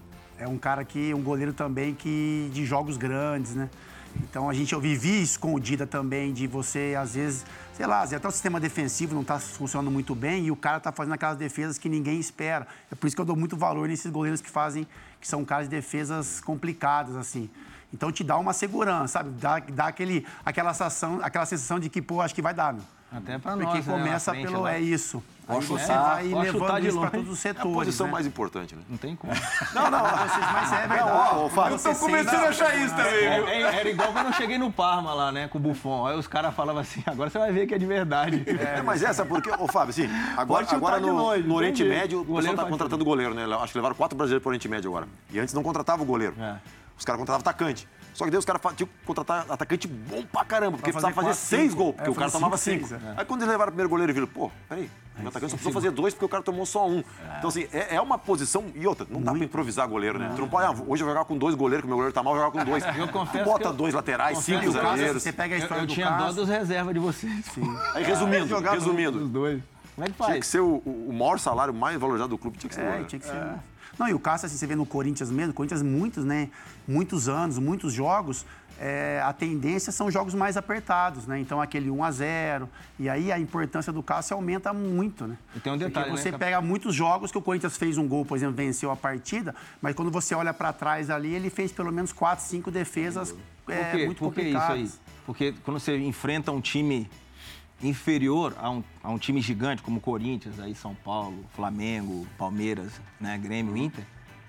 é um cara que, um goleiro também que, de jogos grandes, né? Então, a gente, eu vivi isso com o Dida também, de você, às vezes, sei lá, até o sistema defensivo não tá funcionando muito bem e o cara tá fazendo aquelas defesas que ninguém espera. É por isso que eu dou muito valor nesses goleiros que fazem, que são caras de defesas complicadas, assim. Então, te dá uma segurança, sabe? Dá, dá aquele, aquela, sensação, aquela sensação de que, pô, acho que vai dar, meu. Até pra Porque nós, Porque começa né, pelo, é isso. Aí você chutar, vai levando isso para todos os setores. É a posição né? mais importante, né? Não tem como. Não, não, vocês, mas é verdade. Não, ó, Fábio, eu tô começando a achar isso também, viu? É, é, era igual quando eu cheguei no Parma lá, né, com o Buffon. Aí os caras falavam assim, agora você vai ver que é de verdade. É, mas essa porque, ô Fábio, assim, agora, agora no, longe, no Oriente Médio, o pessoal tá contratando goleiro, né? Acho que levaram quatro brasileiros pro Oriente Médio agora. E antes não contratava o goleiro. É. Os caras contratavam atacante. Só que daí os caras tinham que contratar atacante bom pra caramba, porque precisava fazer seis gols, porque o cara tomava cinco. Aí quando eles levaram o primeiro goleiro, viram, pô, peraí, o atacante só precisou fazer dois porque o cara tomou só um. Então, assim, é, é uma posição. E outra, não dá pra improvisar goleiro, né? Tu não pode, ah, hoje eu vou jogar com dois goleiros, que o meu goleiro tá mal, eu vou jogar com dois. Eu confesso. Tu bota eu, dois laterais, cinco zagueiros. Você pega a história eu, eu do tinha dó dos reservas de vocês. Sim. Aí, resumindo, é, resumindo. Os dois. Como é que faz? Tinha que ser o, o maior salário mais valorizado do clube, tinha que ser. É, tinha que ser. É. Não, e o Cássio, assim, você vê no Corinthians mesmo, Corinthians muitos, né? Muitos anos, muitos jogos. É, a tendência são jogos mais apertados, né? Então, aquele um a zero. E aí, a importância do Cássio aumenta muito, né? E tem um detalhe, Porque você né? pega muitos jogos que o Corinthians fez um gol, por exemplo, venceu a partida, mas quando você olha para trás ali, ele fez pelo menos quatro, cinco defesas é, Por quê? muito Por que complicadas. isso aí? Porque quando você enfrenta um time inferior a um, a um time gigante como o Corinthians, aí São Paulo, Flamengo, Palmeiras, né, Grêmio, Inter,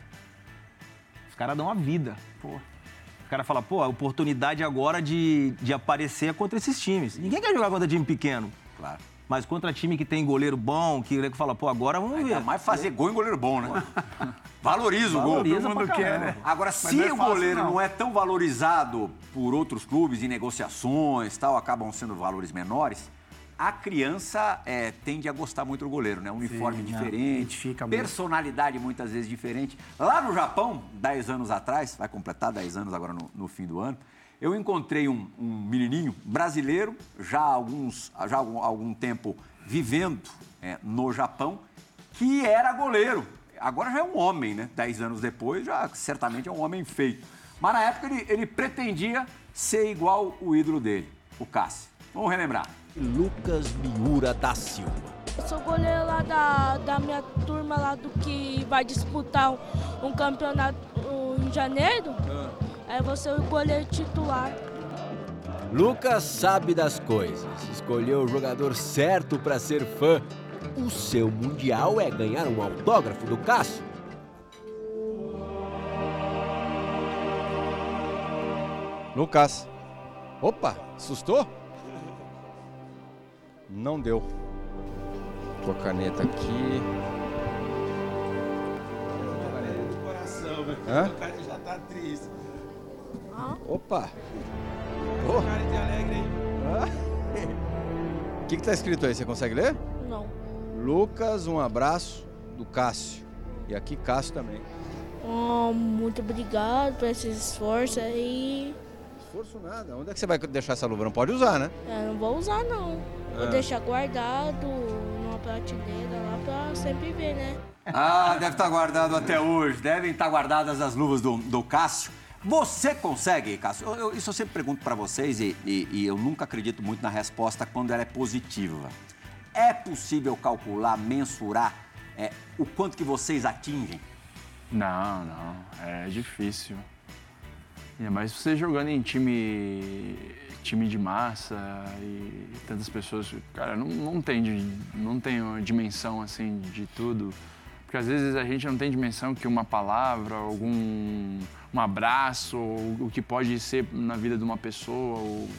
os caras dão a vida. Pô. O cara fala, pô, a oportunidade agora de, de aparecer é contra esses times. Ninguém quer jogar contra time pequeno. Claro. Mas contra time que tem goleiro bom, que fala, pô, agora vamos ver. Ainda mais fazer gol em goleiro bom, né? Valoriza o gol. Valoriza Todo mundo pra quer, caramba. né? Agora, Mas se não é o fácil, goleiro não. não é tão valorizado por outros clubes em negociações, tal, acabam sendo valores menores, a criança é, tende a gostar muito do goleiro, né? Uniforme Sim, diferente, muito. personalidade muitas vezes diferente. Lá no Japão, dez anos atrás, vai completar dez anos agora no, no fim do ano, eu encontrei um, um menininho brasileiro, já há, alguns, já há algum, algum tempo vivendo é, no Japão, que era goleiro. Agora já é um homem, né? Dez anos depois, já certamente é um homem feito. Mas na época ele, ele pretendia ser igual o ídolo dele, o Cássio. Vamos relembrar. Lucas Miura da Silva. Eu sou goleiro lá da, da minha turma lá do que vai disputar um, um campeonato um, em janeiro. Ah. Aí vou ser o goleiro titular. Lucas sabe das coisas. Escolheu o jogador certo para ser fã. O seu mundial é ganhar um autógrafo do Cássio. Lucas. Opa, assustou? Não deu. Tua caneta aqui. Coração, meu Hã? O cara já tá triste. Opa. Oh. Cara de alegre aí. O que que tá escrito aí? Você consegue ler? Não. Lucas, um abraço do Cássio. E aqui Cássio também. Oh, muito obrigado por esse esforço aí. Esforço nada. Onde é que você vai deixar essa luva? Não pode usar, né? Eu não vou usar, não. Vou É. deixar guardado numa prateleira lá pra sempre ver, né? Ah, deve estar guardado até hoje. Devem estar guardadas as luvas do, do Cássio. Você consegue, Cássio? Eu, eu, isso eu sempre pergunto para vocês e, e, e eu nunca acredito muito na resposta quando ela é positiva. É possível calcular, mensurar é, o quanto que vocês atingem? Não, não. É difícil. Ainda mais você jogando em time, time de massa e tantas pessoas. Cara, não, não, tem, não tem uma dimensão assim de tudo. Porque às vezes a gente não tem dimensão que uma palavra, algum um abraço, ou o que pode ser na vida de uma pessoa. Ou,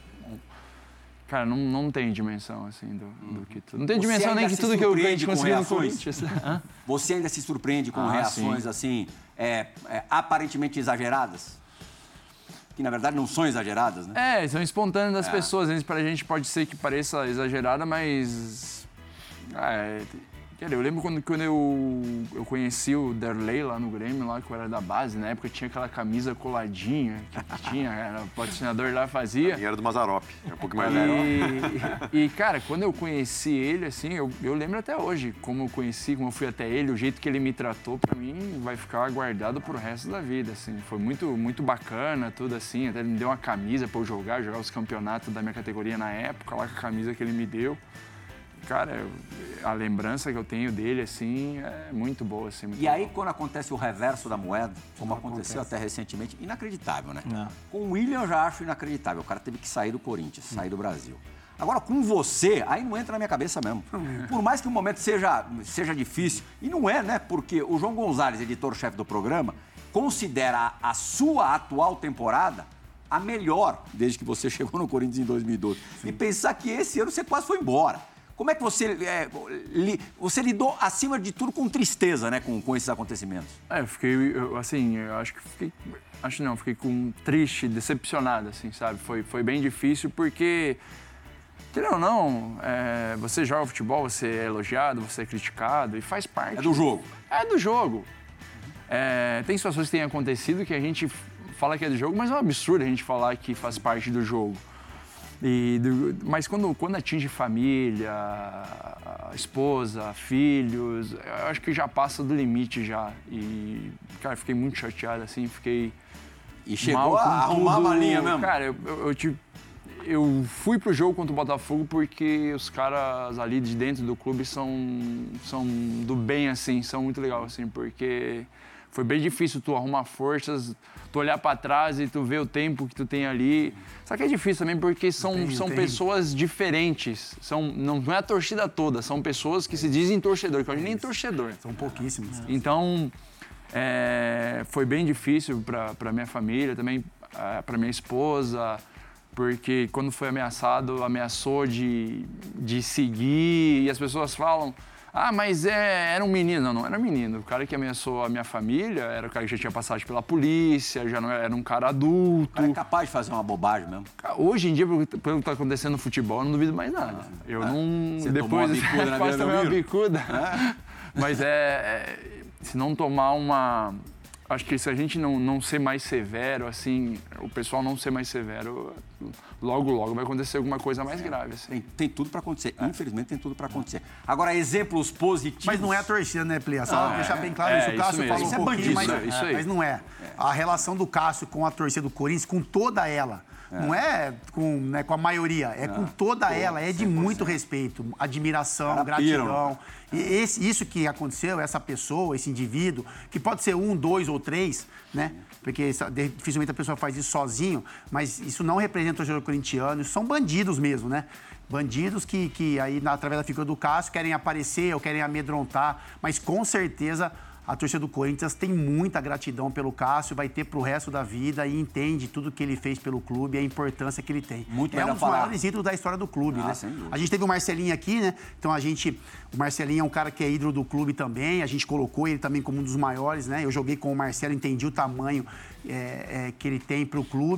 cara, não, não tem dimensão assim do, do que tudo. Não tem dimensão nem que tudo que eu consegui no Corinthians. Você ainda se surpreende com Ah, reações sim. assim, é, é, aparentemente exageradas? Que na verdade não são exageradas, né? É, são espontâneas das É. pessoas. Às vezes pra gente pode ser que pareça exagerada, mas. Ah, é... Cara, eu lembro quando, quando eu, eu conheci o Derlei lá no Grêmio, lá que eu era da base, na época tinha aquela camisa coladinha que tinha, era, o patrocinador lá fazia. E era do Mazarop, era um pouco mais velho. E, e, cara, quando eu conheci ele, assim, eu, eu lembro até hoje como eu conheci, como eu fui até ele, o jeito que ele me tratou, pra mim, vai ficar guardado pro resto da vida, assim. Foi muito, muito bacana, tudo assim, até ele me deu uma camisa pra eu jogar, jogar os campeonatos da minha categoria na época, lá com a camisa que ele me deu. Cara, eu, a lembrança que eu tenho dele, assim, é muito boa, assim. Muito E aí, boa. quando acontece o reverso da moeda, como aconteceu até recentemente, inacreditável, né? É. Com o William eu já acho inacreditável. O cara teve que sair do Corinthians, sair do Brasil. Agora, com você, aí não entra na minha cabeça mesmo. Por mais que o momento seja, seja difícil, e não é, né? Porque o João Gonzalez, editor-chefe do programa, considera a sua atual temporada a melhor desde que você chegou no Corinthians em dois mil e doze. E pensar que esse ano você quase foi embora. Como é que você, é, li, você lidou, acima de tudo, com tristeza, né, com, com esses acontecimentos? É, eu fiquei, eu, assim, eu acho que fiquei, acho não, fiquei com triste, decepcionado, assim, sabe? Foi, foi bem difícil porque, querendo ou não, é, você joga futebol, você é elogiado, você é criticado e faz parte. É do jogo. É do jogo. É, tem situações que têm acontecido que a gente fala que é do jogo, mas é um absurdo a gente falar que faz parte do jogo. E do, mas quando, quando atinge família, esposa, filhos, eu acho que já passa do limite já. E, cara, fiquei muito chateado, assim, fiquei E chegou mal a com arrumar tudo. uma linha mesmo? Cara, eu, eu, eu, te- eu fui pro jogo contra o Botafogo porque os caras ali de dentro do clube são, são do bem, assim, são muito legais, assim, porque foi bem difícil tu arrumar forças, tu olhar pra trás e tu ver o tempo que tu tem ali. Só que é difícil também porque são, Tem, são tem. pessoas diferentes. São, não, não é a torcida toda, são pessoas que se dizem torcedor, que eu nem torcedor. São pouquíssimos. Então, é, foi bem difícil para minha família, também para minha esposa, porque quando foi ameaçado, ameaçou de, de seguir, e as pessoas falam, ah, mas é, era um menino. Não, não era menino. O cara que ameaçou a minha família era o cara que já tinha passagem pela polícia, já não era, era um cara adulto. O cara é capaz de fazer uma bobagem mesmo. Hoje em dia, pelo pelo que está acontecendo no futebol, eu não duvido mais nada. Eu não... Você tomou uma bicuda na quase beira do tomei uma Miro? bicuda. Mas é, é... Se não tomar uma... Acho que se a gente não, não ser mais severo, assim, o pessoal não ser mais severo, logo, logo vai acontecer alguma coisa mais grave, assim. Tem, tem tudo pra acontecer. Infelizmente, tem tudo pra acontecer. Agora, exemplos positivos... Mas não é a torcida, né, Plia? Só Ah, deixar é. bem claro É, isso. O isso Cássio mesmo. falou Isso um é pouquinho, bandido, mas, isso aí. mas não é. A relação do Cássio com a torcida do Corinthians, com toda ela, não é com, né, com a maioria, é com toda ela, é de muito respeito, admiração, Cara, gratidão. piram. E esse, isso que aconteceu, essa pessoa, esse indivíduo, que pode ser um, dois ou três, né? Porque essa- dificilmente a pessoa faz isso sozinho, mas isso não representa o torcedor corintiano, isso são bandidos mesmo, né? Bandidos que, que aí, na- através da figura do Cássio, querem aparecer ou querem amedrontar, mas com certeza a torcida do Corinthians tem muita gratidão pelo Cássio, vai ter pro resto da vida e entende tudo que ele fez pelo clube e a importância que ele tem. Muito é um melhor dos falar. maiores ídolos da história do clube, Ah, né? sem dúvida. A gente teve o Marcelinho aqui, né? Então a gente. O Marcelinho é um cara que é ídolo do clube também. A gente colocou ele também como um dos maiores, né? Eu joguei com o Marcelo, entendi o tamanho é, é, que ele tem pro clube.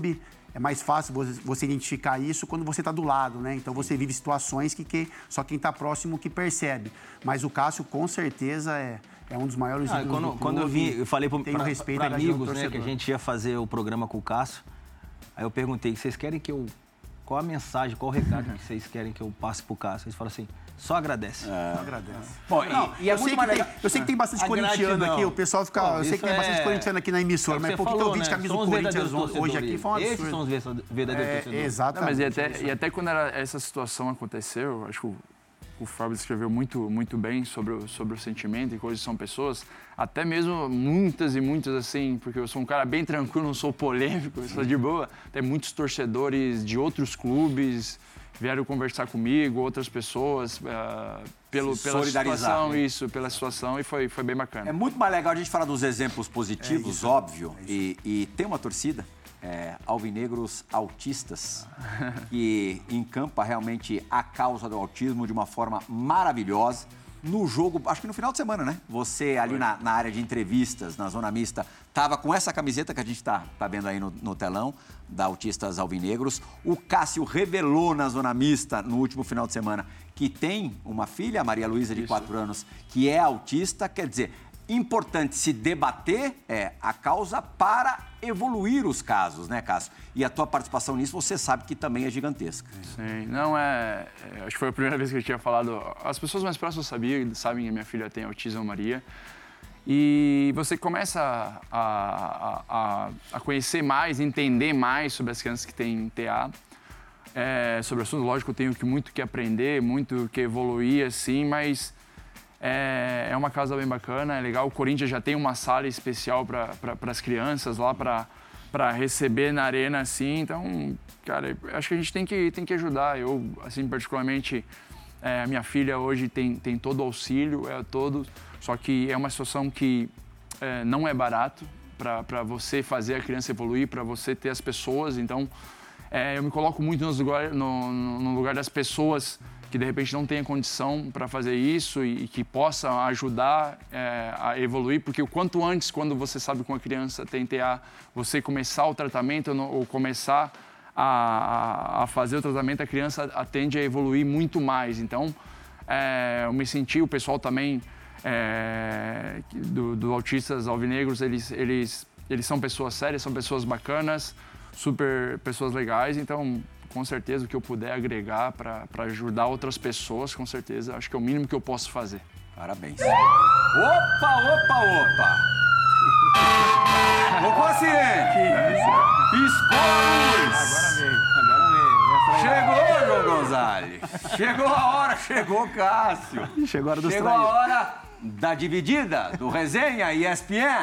é mais fácil você identificar isso quando você está do lado, né? Então você vive situações que, que só quem está próximo que percebe. Mas o Cássio, com certeza, é, é um dos maiores ah, ídolos quando, do clube. Quando eu vi, eu falei para amigos, né, que a gente ia fazer o programa com o Cássio, aí eu perguntei, vocês querem que eu... Qual a mensagem, qual o recado que vocês querem que eu passe pro Cássio? Eles falam assim, só agradece. É. Só agradece. Bom, não, e, e é eu, muito sei mais que legal... tem, eu sei que tem bastante A corintiano gratidão. aqui, o pessoal fica... Pô, eu sei que tem isso bastante é- corintiano aqui na emissora, é o mas que por você que eu falou, vi de né? camisa São do os Corinthians verdadeiros hoje aqui foi um torcedores. absurdo. Esses são os verda- verdadeiros É, torcedores. exatamente. Não, mas e até, e até quando era essa situação aconteceu, acho que o, o Fábio escreveu muito, muito bem sobre o, sobre o sentimento e coisas são pessoas, até mesmo muitas e muitas assim, porque eu sou um cara bem tranquilo, não sou polêmico, eu sou de boa, tem muitos torcedores de outros clubes vieram conversar comigo, outras pessoas, uh, pelo, Se pela solidarizar, situação, né? isso, pela situação, e foi, foi bem bacana. É muito mais legal a gente falar dos exemplos positivos, É isso, óbvio, é isso. e, e tem uma torcida, é, alvinegros autistas, que encampa realmente a causa do autismo de uma forma maravilhosa. No jogo, acho que no final de semana, né? Você ali na, na área de entrevistas, na zona mista, tava com essa camiseta que a gente tá, tá vendo aí no, no telão, da Autistas Alvinegros. O Cássio revelou na zona mista, no último final de semana, que tem uma filha, a Maria Luísa, de quatro anos, que é autista. Quer dizer, importante se debater é, a causa para evoluir os casos, né, Cássio? E a tua participação nisso, você sabe que também é gigantesca. Sim, não é, é... Acho que foi a primeira vez que eu tinha falado. As pessoas mais próximas sabiam, sabem que minha filha tem autismo, Maria. E você começa a, a, a conhecer mais, entender mais sobre as crianças que têm T A. É, sobre o assunto, lógico, eu tenho que, muito que aprender, muito que evoluir, assim, mas é, é uma causa bem bacana, é legal. O Corinthians já tem uma sala especial para pra, as crianças lá, para receber na arena, assim. Então, cara, acho que a gente tem que, tem que ajudar. Eu, assim, particularmente, é, a minha filha hoje tem, tem todo o auxílio, é todo... Só que é uma situação que é, não é barato para você fazer a criança evoluir, para você ter as pessoas. Então, é, eu me coloco muito nos lugar, no, no lugar das pessoas que, de repente, não têm a condição para fazer isso e, e que possam ajudar é, a evoluir. Porque o quanto antes, quando você sabe que uma criança tem T A, você começar o tratamento ou começar a, a fazer o tratamento, a criança tende a evoluir muito mais. Então, é, eu me senti, o pessoal também... É, do, do Autistas Alvinegros, eles, eles, eles são pessoas sérias, são pessoas bacanas, super pessoas legais, então com certeza o que eu puder agregar para ajudar outras pessoas, com certeza, acho que é o mínimo que eu posso fazer. Parabéns. Opa, opa, opa! Ô, consciente! Piscou a luz! Agora veio, agora veio. Chegou, João Gonzalez! Chegou a hora, chegou Cássio! Chegou a hora dos Chegou a traídos. hora da dividida, do Resenha E S P N.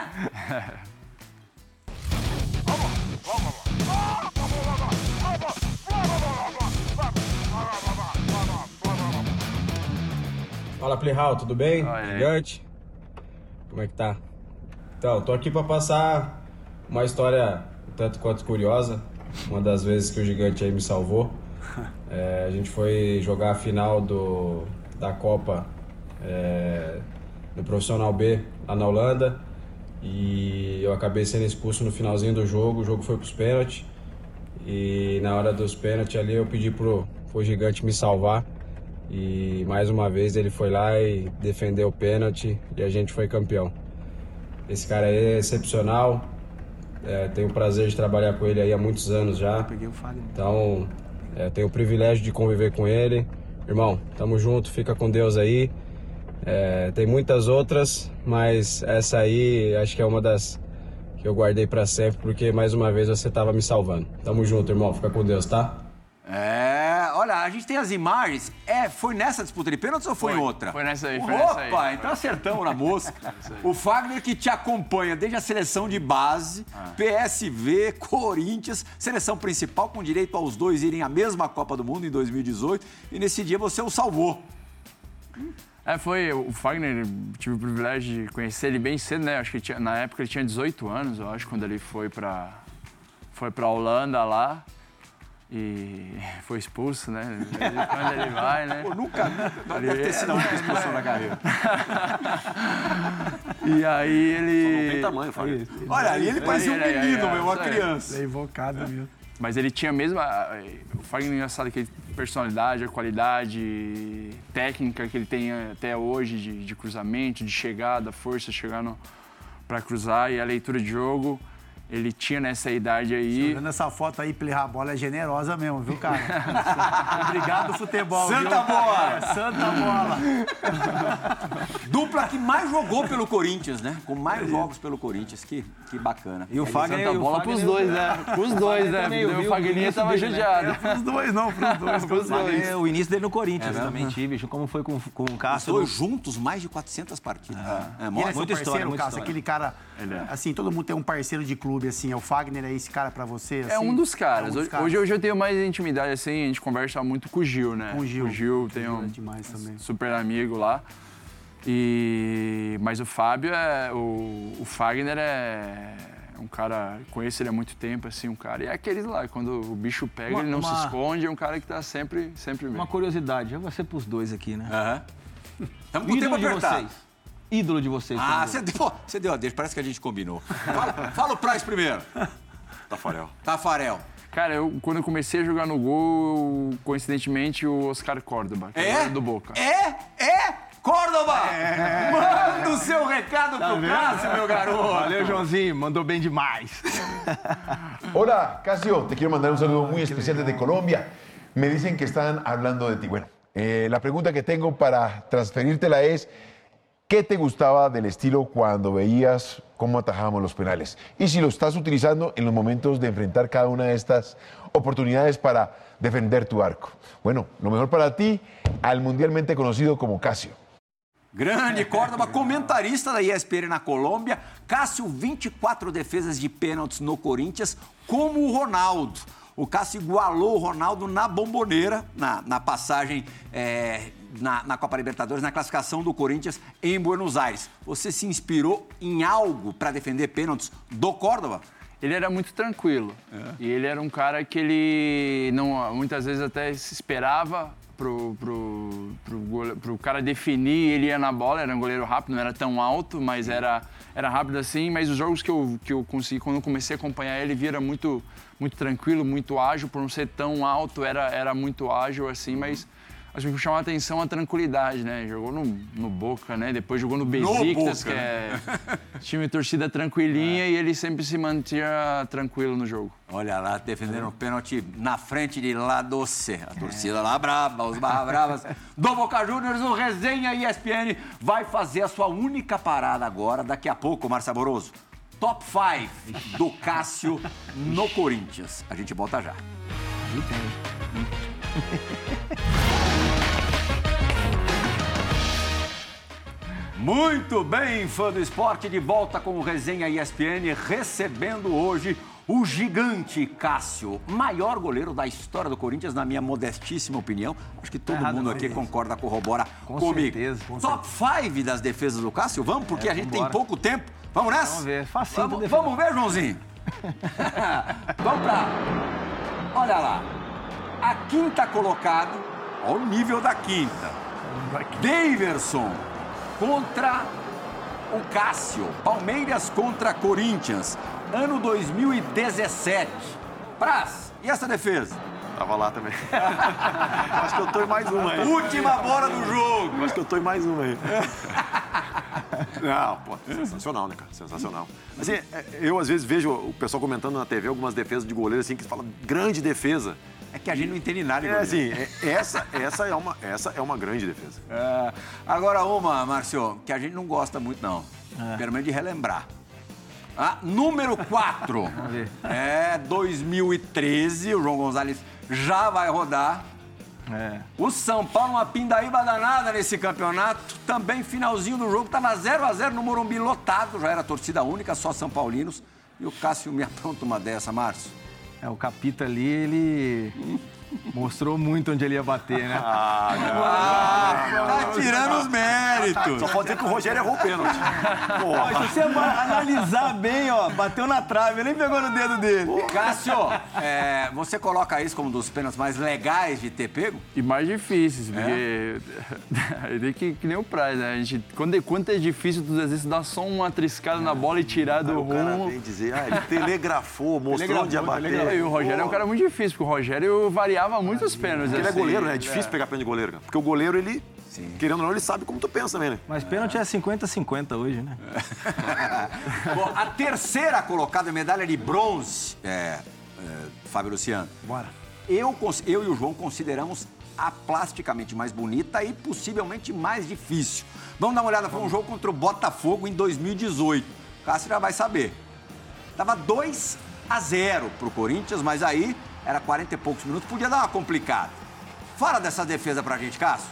Fala, Playhall, tudo bem? Oi. Gigante? Como é que tá? Então, tô aqui pra passar uma história um tanto quanto curiosa. Uma das vezes que o Gigante aí me salvou. É, a gente foi jogar a final do, da Copa é, no Profissional B, lá na Holanda. E eu acabei sendo expulso no finalzinho do jogo. O jogo foi pros pênaltis. E na hora dos pênaltis ali eu pedi pro, pro Gigante me salvar. E mais uma vez ele foi lá e defendeu o pênalti e a gente foi campeão. Esse cara aí é excepcional, é, tenho o prazer de trabalhar com ele aí há muitos anos já. Então, é, tenho o privilégio de conviver com ele. Irmão, tamo junto, fica com Deus aí. É, tem muitas outras, mas essa aí acho que é uma das que eu guardei pra sempre, porque mais uma vez você tava me salvando. Tamo junto, irmão, fica com Deus, tá? É, olha, a gente tem as imagens. É, foi nessa disputa de pênaltis ou foi, Foi, em outra? foi nessa aí, foi Opa, nessa aí. então acertamos na mosca. O Fagner que te acompanha desde a seleção de base, Ah. P S V, Corinthians, seleção principal com direito aos dois irem à mesma Copa do Mundo em dois mil e dezoito. E nesse dia você o salvou. É, foi o Fagner, tive o privilégio de conhecer ele bem cedo, né? Acho que tinha, na época ele tinha dezoito anos, eu acho, quando ele foi pra, foi pra Holanda lá. E foi expulso, né? De vez em quando ele vai, né? Pô, nunca, nunca deve ter sido a única expulsão na carreira. E aí ele... Só não tem tamanho, Fábio. Olha, ali ele parecia um Aí, aí, menino, aí, meu, uma isso aí. criança. É invocado, viu? Mas ele tinha mesmo... A, o Fagner é engraçado, que a personalidade, a qualidade técnica que ele tem até hoje de, de cruzamento, de chegada, força, chegar para cruzar e a leitura de jogo... Ele tinha nessa idade aí... Olhando essa foto aí, pra errar a bola é generosa mesmo, viu, cara? Obrigado, futebol. Santa viu? bola! É, santa bola! Dupla que mais jogou pelo Corinthians, né? Com mais jogos pelo Corinthians. Que, que bacana. E o Fagner... Santa bola pros dois, né? Pros dois, né? O Fagner tava judiado. Pros dois, não, pros dois. Pros dois. O início dele no Corinthians, é também tive. Como foi com, com o Cássio. Os dois juntos, mais de quatrocentas partidas. É, é muita parceiro, história, muita Cássio, história. Aquele cara... Assim, todo mundo tem um parceiro de clube, assim. É o Fagner, é esse cara pra você? Assim? É um dos caras. É um dos caras. Hoje, hoje eu tenho mais intimidade, assim, a gente conversa muito com o Gil, né? Com o Gil. O Gil tem um é demais também. super amigo lá. E... Mas o Fábio é... O, o Fagner é um cara... Conheço ele há muito tempo, assim, um cara... E é aqueles lá, quando o bicho pega, uma, ele não uma... se esconde, é um cara que tá sempre, sempre mesmo. Uma curiosidade, eu vou ser pros dois aqui, né? Aham. Uhum. Estamos com o tempo apertado. Vocês. Ídolo de vocês. Ah, você deu, você deu a deixa, parece que a gente combinou. Fala, fala o Price primeiro. Tafarel. Tafarel. Cara, eu, quando eu comecei a jogar no gol, coincidentemente, o Oscar Córdoba, que é? é do Boca. É? É? Córdoba! É. Manda o seu recado tá pro vendo? Cássio, meu garoto. Valeu, Joãozinho, mandou bem demais. Hola, Cássio, te quiero mandar un saludo muy especial desde Colombia. Me dicen que están hablando de ti. Bueno, eh, la pregunta que tengo para transferírtela es... ¿Qué te gustaba del estilo cuando veías cómo atajábamos los penales? Y si lo estás utilizando en los momentos de enfrentar cada una de estas oportunidades para defender tu arco. Bueno, lo mejor para ti, al mundialmente conocido como Cássio. Grande Córdoba, comentarista da E S P N na Colômbia. Cássio, vinte e quatro defesas de pênaltis no Corinthians, como o Ronaldo. O Cássio igualou o Ronaldo na Bomboneira, na, na passagem... É... Na, na Copa Libertadores, na classificação do Corinthians em Buenos Aires. Você se inspirou em algo para defender pênaltis do Córdoba? Ele era muito tranquilo. É. E ele era um cara que ele não, muitas vezes até se esperava pro, pro, pro, pro cara definir, ele ia na bola, era um goleiro rápido, não era tão alto, mas era, era rápido assim. Mas os jogos que eu, que eu consegui, quando eu comecei a acompanhar ele, via muito, muito tranquilo, muito ágil, por não ser tão alto, era, era muito ágil assim, mas... Acho que me chamou a atenção a tranquilidade, né? Jogou no, no Boca, né? Depois jogou no Besiktas, que é time torcida tranquilinha, é. E ele sempre se mantinha tranquilo no jogo. Olha lá, defendendo o é. pênalti na frente de La Doce. A torcida é. lá brava, os barra bravas do Boca Juniors. O Resenha E S P N vai fazer a sua única parada agora, daqui a pouco, Márcio Saboroso. Top cinco do Cássio no Corinthians. A gente volta já. Muito bem, fã do esporte, de volta com o Resenha E S P N, recebendo hoje o gigante Cássio, maior goleiro da história do Corinthians, na minha modestíssima opinião. Acho que todo é mundo aqui concorda, corrobora com comigo. Certeza, com Top cinco das defesas do Cássio, vamos? Porque é, a gente tem pouco tempo. Vamos nessa? Vamos ver, facinho. Vamos, vamos ver, Joãozinho? Vamos pra... Olha lá. A quinta colocada, olha o nível da quinta. Daverson contra o Cássio. Palmeiras contra Corinthians. Ano dois mil e dezessete. Praz, e essa defesa? Tava lá também. Acho que eu tô em mais uma aí. Última bola do jogo. Acho que eu tô em mais uma aí. Não, pô, sensacional, né, cara? Sensacional. Assim, eu às vezes vejo o pessoal comentando na T V algumas defesas de goleiro assim, que fala grande defesa. É que a gente não entende nada de goleiro. É assim, essa, essa, é uma, essa é uma grande defesa. É, agora uma, Márcio, que a gente não gosta muito, não. É. Pelo menos de relembrar. Ah, número quatro. É, dois mil e treze, o João Gonzalez já vai rodar. É. O São Paulo, uma pindaíba danada nesse campeonato. Também, finalzinho do jogo, estava zero a zero no Morumbi, lotado. Já era torcida única, só São Paulinos. E o Cássio me apronta uma dessa, Márcio. É, o Capita ali, ele... Hum. Mostrou muito onde ele ia bater, né? Ah, ah, tá tirando os méritos. Só pode dizer que o Rogério errou o pênalti. Ó, se você analisar bem, ó, bateu na trave, nem pegou no dedo dele. Cássio, é, você coloca isso como um dos pênaltis mais legais de ter pego? E mais difíceis, porque é que, que nem o Praz, né? A gente, quando, quando é difícil, tu às vezes dá só uma triscada na bola e tirar do rumo. O cara vem dizer, ah, ele telegrafou, mostrou telegrafou, onde ia bater. Telegrafou. E o Rogério é um cara muito difícil, porque o Rogério variava muito os pênaltis. Ele assim. é goleiro, né? É difícil é. pegar pênalti de goleiro, cara. Porque o goleiro, ele, Sim. querendo ou não, ele sabe como tu pensa também, né? Mas pênalti é cinquenta a cinquenta hoje, né? Bom, a terceira colocada, medalha de bronze, é, é, Fábio Luciano. Bora. Eu, eu e o João consideramos a plasticamente mais bonita e possivelmente mais difícil. Vamos dar uma olhada, foi um jogo contra o Botafogo em dois mil e dezoito. O Cássio já vai saber. Tava dois a zero pro Corinthians, mas aí era quarenta e poucos minutos, podia dar uma complicada. Fala dessa defesa pra gente, Cássio.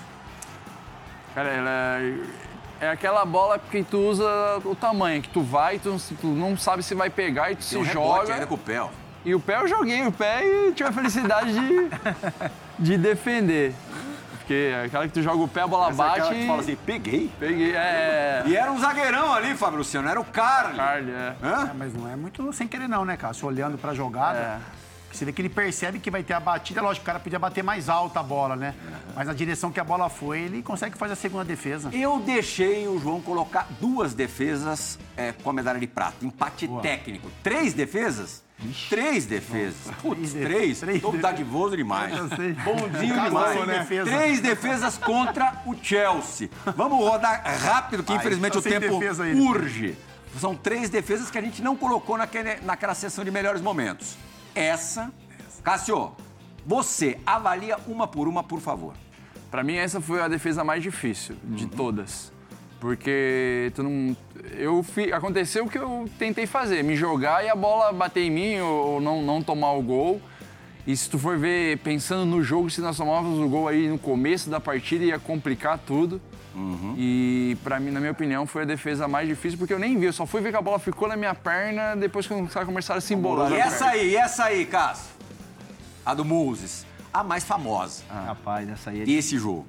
Cara, ela é, é aquela bola que tu usa o tamanho, que tu vai, tu, tu não sabe se vai pegar e tu Tem se um joga. Ainda com o pé, ó. E o pé eu joguei o pé e tive a felicidade de, de defender. Porque aquela que tu joga o pé, a bola Essa bate. É aquela que tu fala assim, peguei? Peguei, é. E era um zagueirão ali, Fábio Luciano, era o Carly. Carly, é. é. Mas não é muito sem querer não, né, Cássio? Olhando pra jogada, é. você vê que ele percebe que vai ter a batida. Lógico, o cara podia bater mais alta a bola, né? Mas na direção que a bola foi, ele consegue fazer a segunda defesa. Eu deixei o João colocar duas defesas é, com a medalha de prata. Empate Boa. técnico. Três defesas? Ixi. Três defesas. Nossa, Putz, três? três? três Todo dadivoso demais. Bonzinho demais. Né? Defesa. Três defesas contra o Chelsea. Vamos rodar rápido, que Ai, infelizmente o tempo urge. São três defesas que a gente não colocou naquele, naquela sessão de melhores momentos. Essa, essa. Cássio, você avalia uma por uma, por favor. Pra mim, essa foi a defesa mais difícil de uhum. todas. Porque tu não, eu fi, aconteceu o que eu tentei fazer, me jogar e a bola bater em mim ou não, não tomar o gol. E se tu for ver, pensando no jogo, se nós tomávamos o gol aí no começo da partida, ia complicar tudo. Uhum. E pra mim, na minha opinião, foi a defesa mais difícil, porque eu nem vi, eu só fui ver que a bola ficou na minha perna depois que os caras começaram a se embolar. E essa aí, e essa aí, Cássio? A do Moses, a mais famosa. Ah. Rapaz, essa aí é E esse jogo?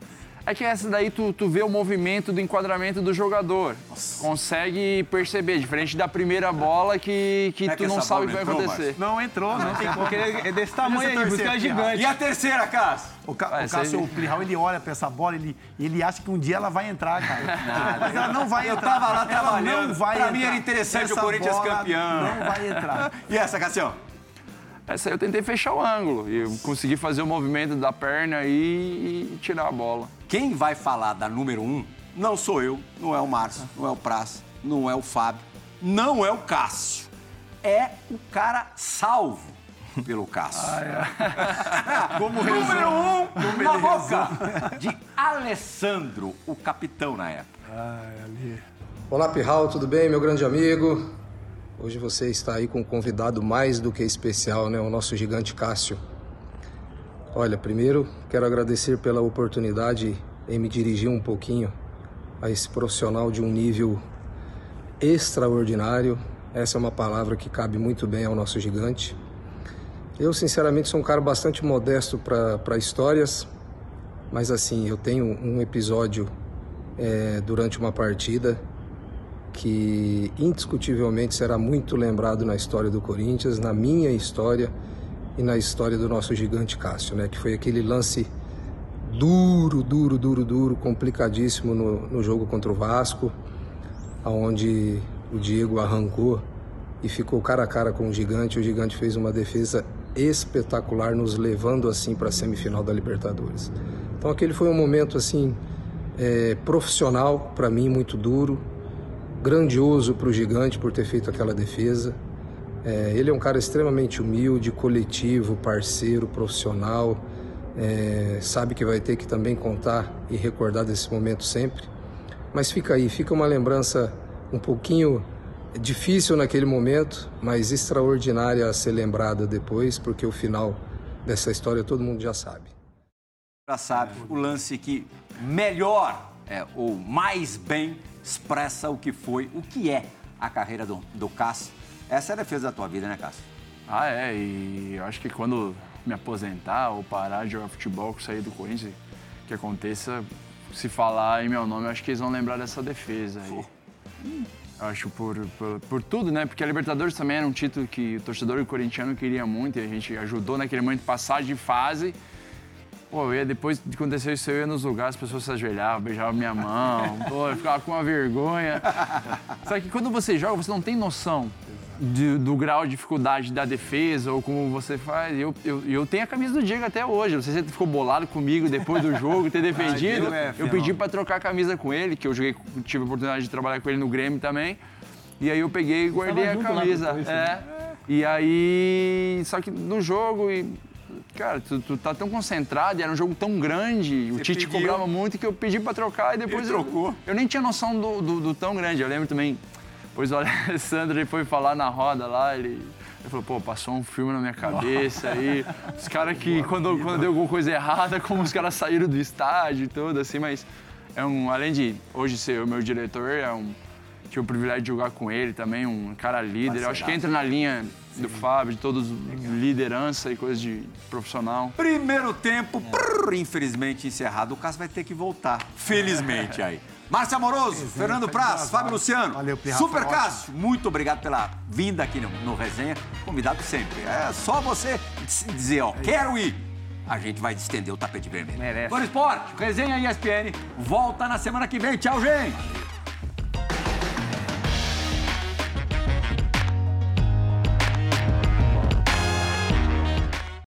É que essa daí tu, tu vê o movimento do enquadramento do jogador. Nossa. Consegue perceber, diferente da primeira bola que, que é que tu não sabe o que vai entrou, acontecer. Mas... Não entrou, não, não tem como. Porque é desse tamanho aí, porque é gigante. E a terceira, Cássio? O, Ca... ah, o Cássio, aí... o Plihal, ele olha pra essa bola e ele, ele acha que um dia ela vai entrar, cara. Nada. Mas ela não vai eu entrar. Eu tava lá trabalhando. Não vai pra entrar. mim era interessante essa o Corinthians campeão. Não vai entrar. E essa, Cássio? Essa aí eu tentei fechar o ângulo. E eu consegui fazer o movimento da perna aí e tirar a bola. Quem vai falar da número um não sou eu, não é o Márcio, não é o Praça, não é o Fábio, não é o Cássio. É o cara salvo pelo Cássio. Ah, é. Como número um, Como na boca de Alessandro, o capitão na época. Ai, ali. Olá, Plihal, tudo bem, meu grande amigo? Hoje você está aí com um convidado mais do que especial, né? O nosso gigante Cássio. Olha, primeiro quero agradecer pela oportunidade em me dirigir um pouquinho a esse profissional de um nível extraordinário. Essa é uma palavra que cabe muito bem ao nosso gigante. Eu, sinceramente, sou um cara bastante modesto para histórias, mas assim, eu tenho um episódio é, durante uma partida que indiscutivelmente será muito lembrado na história do Corinthians, na minha história e na história do nosso gigante Cássio, né? Que foi aquele lance duro, duro, duro, duro, complicadíssimo no, no jogo contra o Vasco, onde o Diego arrancou e ficou cara a cara com o gigante. O gigante fez uma defesa espetacular, nos levando assim para a semifinal da Libertadores. Então aquele foi um momento assim é, profissional para mim, muito duro, grandioso para o gigante por ter feito aquela defesa. É, ele é um cara extremamente humilde, coletivo, parceiro, profissional, é, sabe que vai ter que também contar e recordar desse momento sempre. Mas fica aí, fica uma lembrança um pouquinho difícil naquele momento, mas extraordinária a ser lembrada depois, porque o final dessa história todo mundo já sabe. Já sabe, o lance que melhor é, ou mais bem expressa o que foi, o que é a carreira do, do Cássio. Essa é a defesa da tua vida, né, Cássio? Ah, é, e eu acho que quando me aposentar ou parar de jogar futebol, sair do Corinthians, que aconteça, se falar em meu nome, eu acho que eles vão lembrar dessa defesa aí. Eu acho por, por, por tudo, né? Porque a Libertadores também era um título que o torcedor corintiano queria muito e a gente ajudou naquele momento passar de fase. Pô, eu ia, depois de acontecer isso, eu ia nos lugares, as pessoas se ajoelhavam, beijavam minha mão, pô, eu ficava com uma vergonha. Só que quando você joga, você não tem noção de, do grau de dificuldade da defesa ou como você faz. Eu, eu, eu tenho a camisa do Diego até hoje. Não sei se ele ficou bolado comigo depois do jogo, ter defendido. Ah, é, eu pedi pra trocar a camisa com ele, que eu joguei, tive a oportunidade de trabalhar com ele no Grêmio também. E aí eu peguei e guardei a camisa. É. Né? E aí. Só que no jogo. E, cara, tu, tu tá tão concentrado, e era um jogo tão grande, você o Tite pediu, cobrava muito que eu pedi pra trocar e depois ele trocou. Eu, eu nem tinha noção do, do, do tão grande. Eu lembro também, depois o Alessandro ele foi falar na roda lá, ele, ele falou, pô, passou um filme na minha cabeça aí. Os caras que, quando, quando deu alguma coisa errada, como os caras saíram do estádio e tudo, assim, mas é um, além de hoje ser o meu diretor, é um, tive o privilégio de jogar com ele também, um cara líder. Eu acho que entra na linha do Fábio, de todos, liderança e coisa de profissional. Primeiro tempo, prrr, infelizmente encerrado. O Cássio vai ter que voltar, felizmente aí. Márcio Amoroso, Resenha, Fernando Praz, Fábio Luciano. Valeu, Pirra, Super Cássio, muito obrigado pela vinda aqui no, no Resenha. Convidado sempre. É só você dizer, ó, quero ir. A gente vai estender o tapete vermelho. Merece. Bom Esporte, Resenha E S P N volta na semana que vem. Tchau, gente!